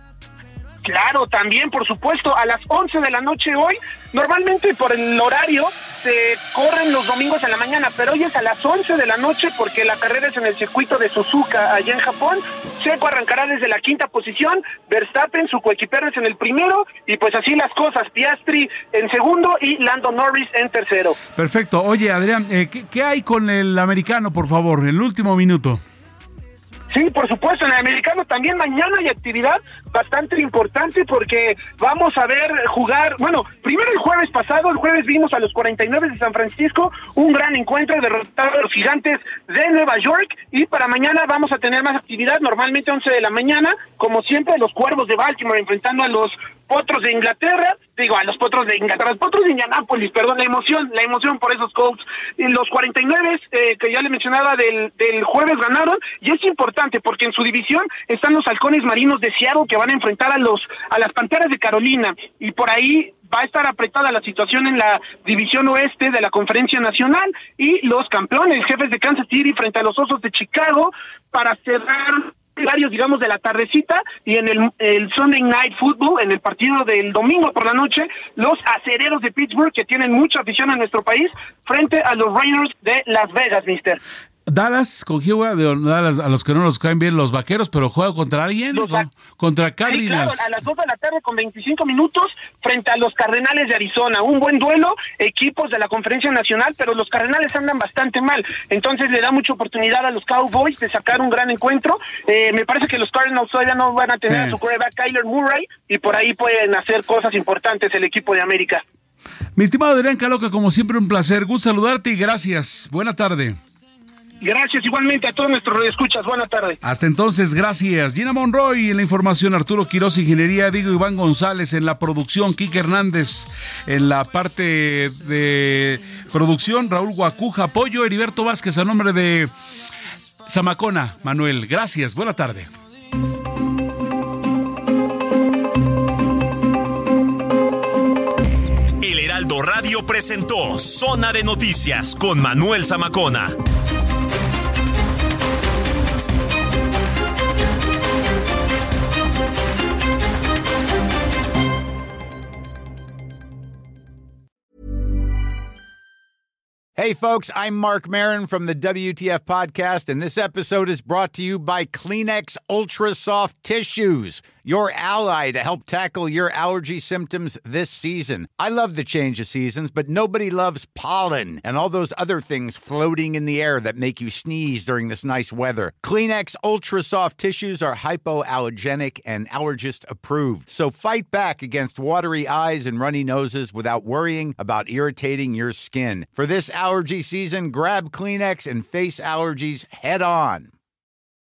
Claro, también, por supuesto, a las 11 de la noche hoy. Normalmente por el horario se corren los domingos en la mañana, pero hoy es a las 11 de la noche porque la carrera es en el circuito de Suzuka, allá en Japón. Checo arrancará desde la 5ª posición, Verstappen, su coequipero, es en el primero, y pues así las cosas, Piastri en segundo y Lando Norris en tercero. Perfecto. Oye, Adrián, ¿qué hay con el americano, por favor, el último minuto? Sí, por supuesto, en el americano también mañana hay actividad bastante importante porque vamos a ver jugar, primero el jueves vimos a los 49 de San Francisco, un gran encuentro, derrotaron a los Gigantes de Nueva York, y para mañana vamos a tener más actividad, normalmente 11 de la mañana, como siempre, los Cuervos de Baltimore enfrentando a los Potros de Inglaterra, los Potros de Indianápolis, perdón, la emoción por esos Colts. Y los 49, que ya le mencionaba del jueves, ganaron, y es importante porque en su división están los Halcones Marinos de Seattle, que van a enfrentar a las Panteras de Carolina, y por ahí va a estar apretada la situación en la división oeste de la Conferencia Nacional, y los campeones, Jefes de Kansas City frente a los Osos de Chicago, para cerrar varios, de la tardecita, y en el Sunday Night Football, en el partido del domingo por la noche, los Acereros de Pittsburgh, que tienen mucha afición en nuestro país, frente a los Raiders de Las Vegas, mister. Dallas cogió a los que no nos caen bien los Vaqueros, pero juega contra alguien, contra Cardinals. Sí, claro, a las 2 de la tarde con 25 minutos frente a los Cardenales de Arizona. Un buen duelo, equipos de la Conferencia Nacional, pero los Cardenales andan bastante mal, entonces le da mucha oportunidad a los Cowboys de sacar un gran encuentro. Me parece que los Cardinals todavía no van a tener a su quarterback Kyler Murray, y por ahí pueden hacer cosas importantes el equipo de América. Mi estimado Adrián Caloca, como siempre un placer, gusto saludarte y gracias. Buena tarde. Gracias igualmente a todos nuestros radioescuchas. Buenas tardes. Hasta entonces, gracias. Gina Monroy en la información, Arturo Quiroz, Ingeniería, Diego Iván González en la producción, Quique Hernández en la parte de producción, Raúl Guacuja, apoyo, Heriberto Vázquez a nombre de Zamacona, Manuel. Gracias, buena tarde. El Heraldo Radio presentó Zona de Noticias con Manuel Zamacona. Hey, folks, I'm Mark Maron from the WTF Podcast, and this episode is brought to you by Kleenex Ultra Soft Tissues, your ally to help tackle your allergy symptoms this season. I love the change of seasons, but nobody loves pollen and all those other things floating in the air that make you sneeze during this nice weather. Kleenex Ultra Soft Tissues are hypoallergenic and allergist approved, so fight back against watery eyes and runny noses without worrying about irritating your skin. For this allergy season, grab Kleenex and face allergies head on.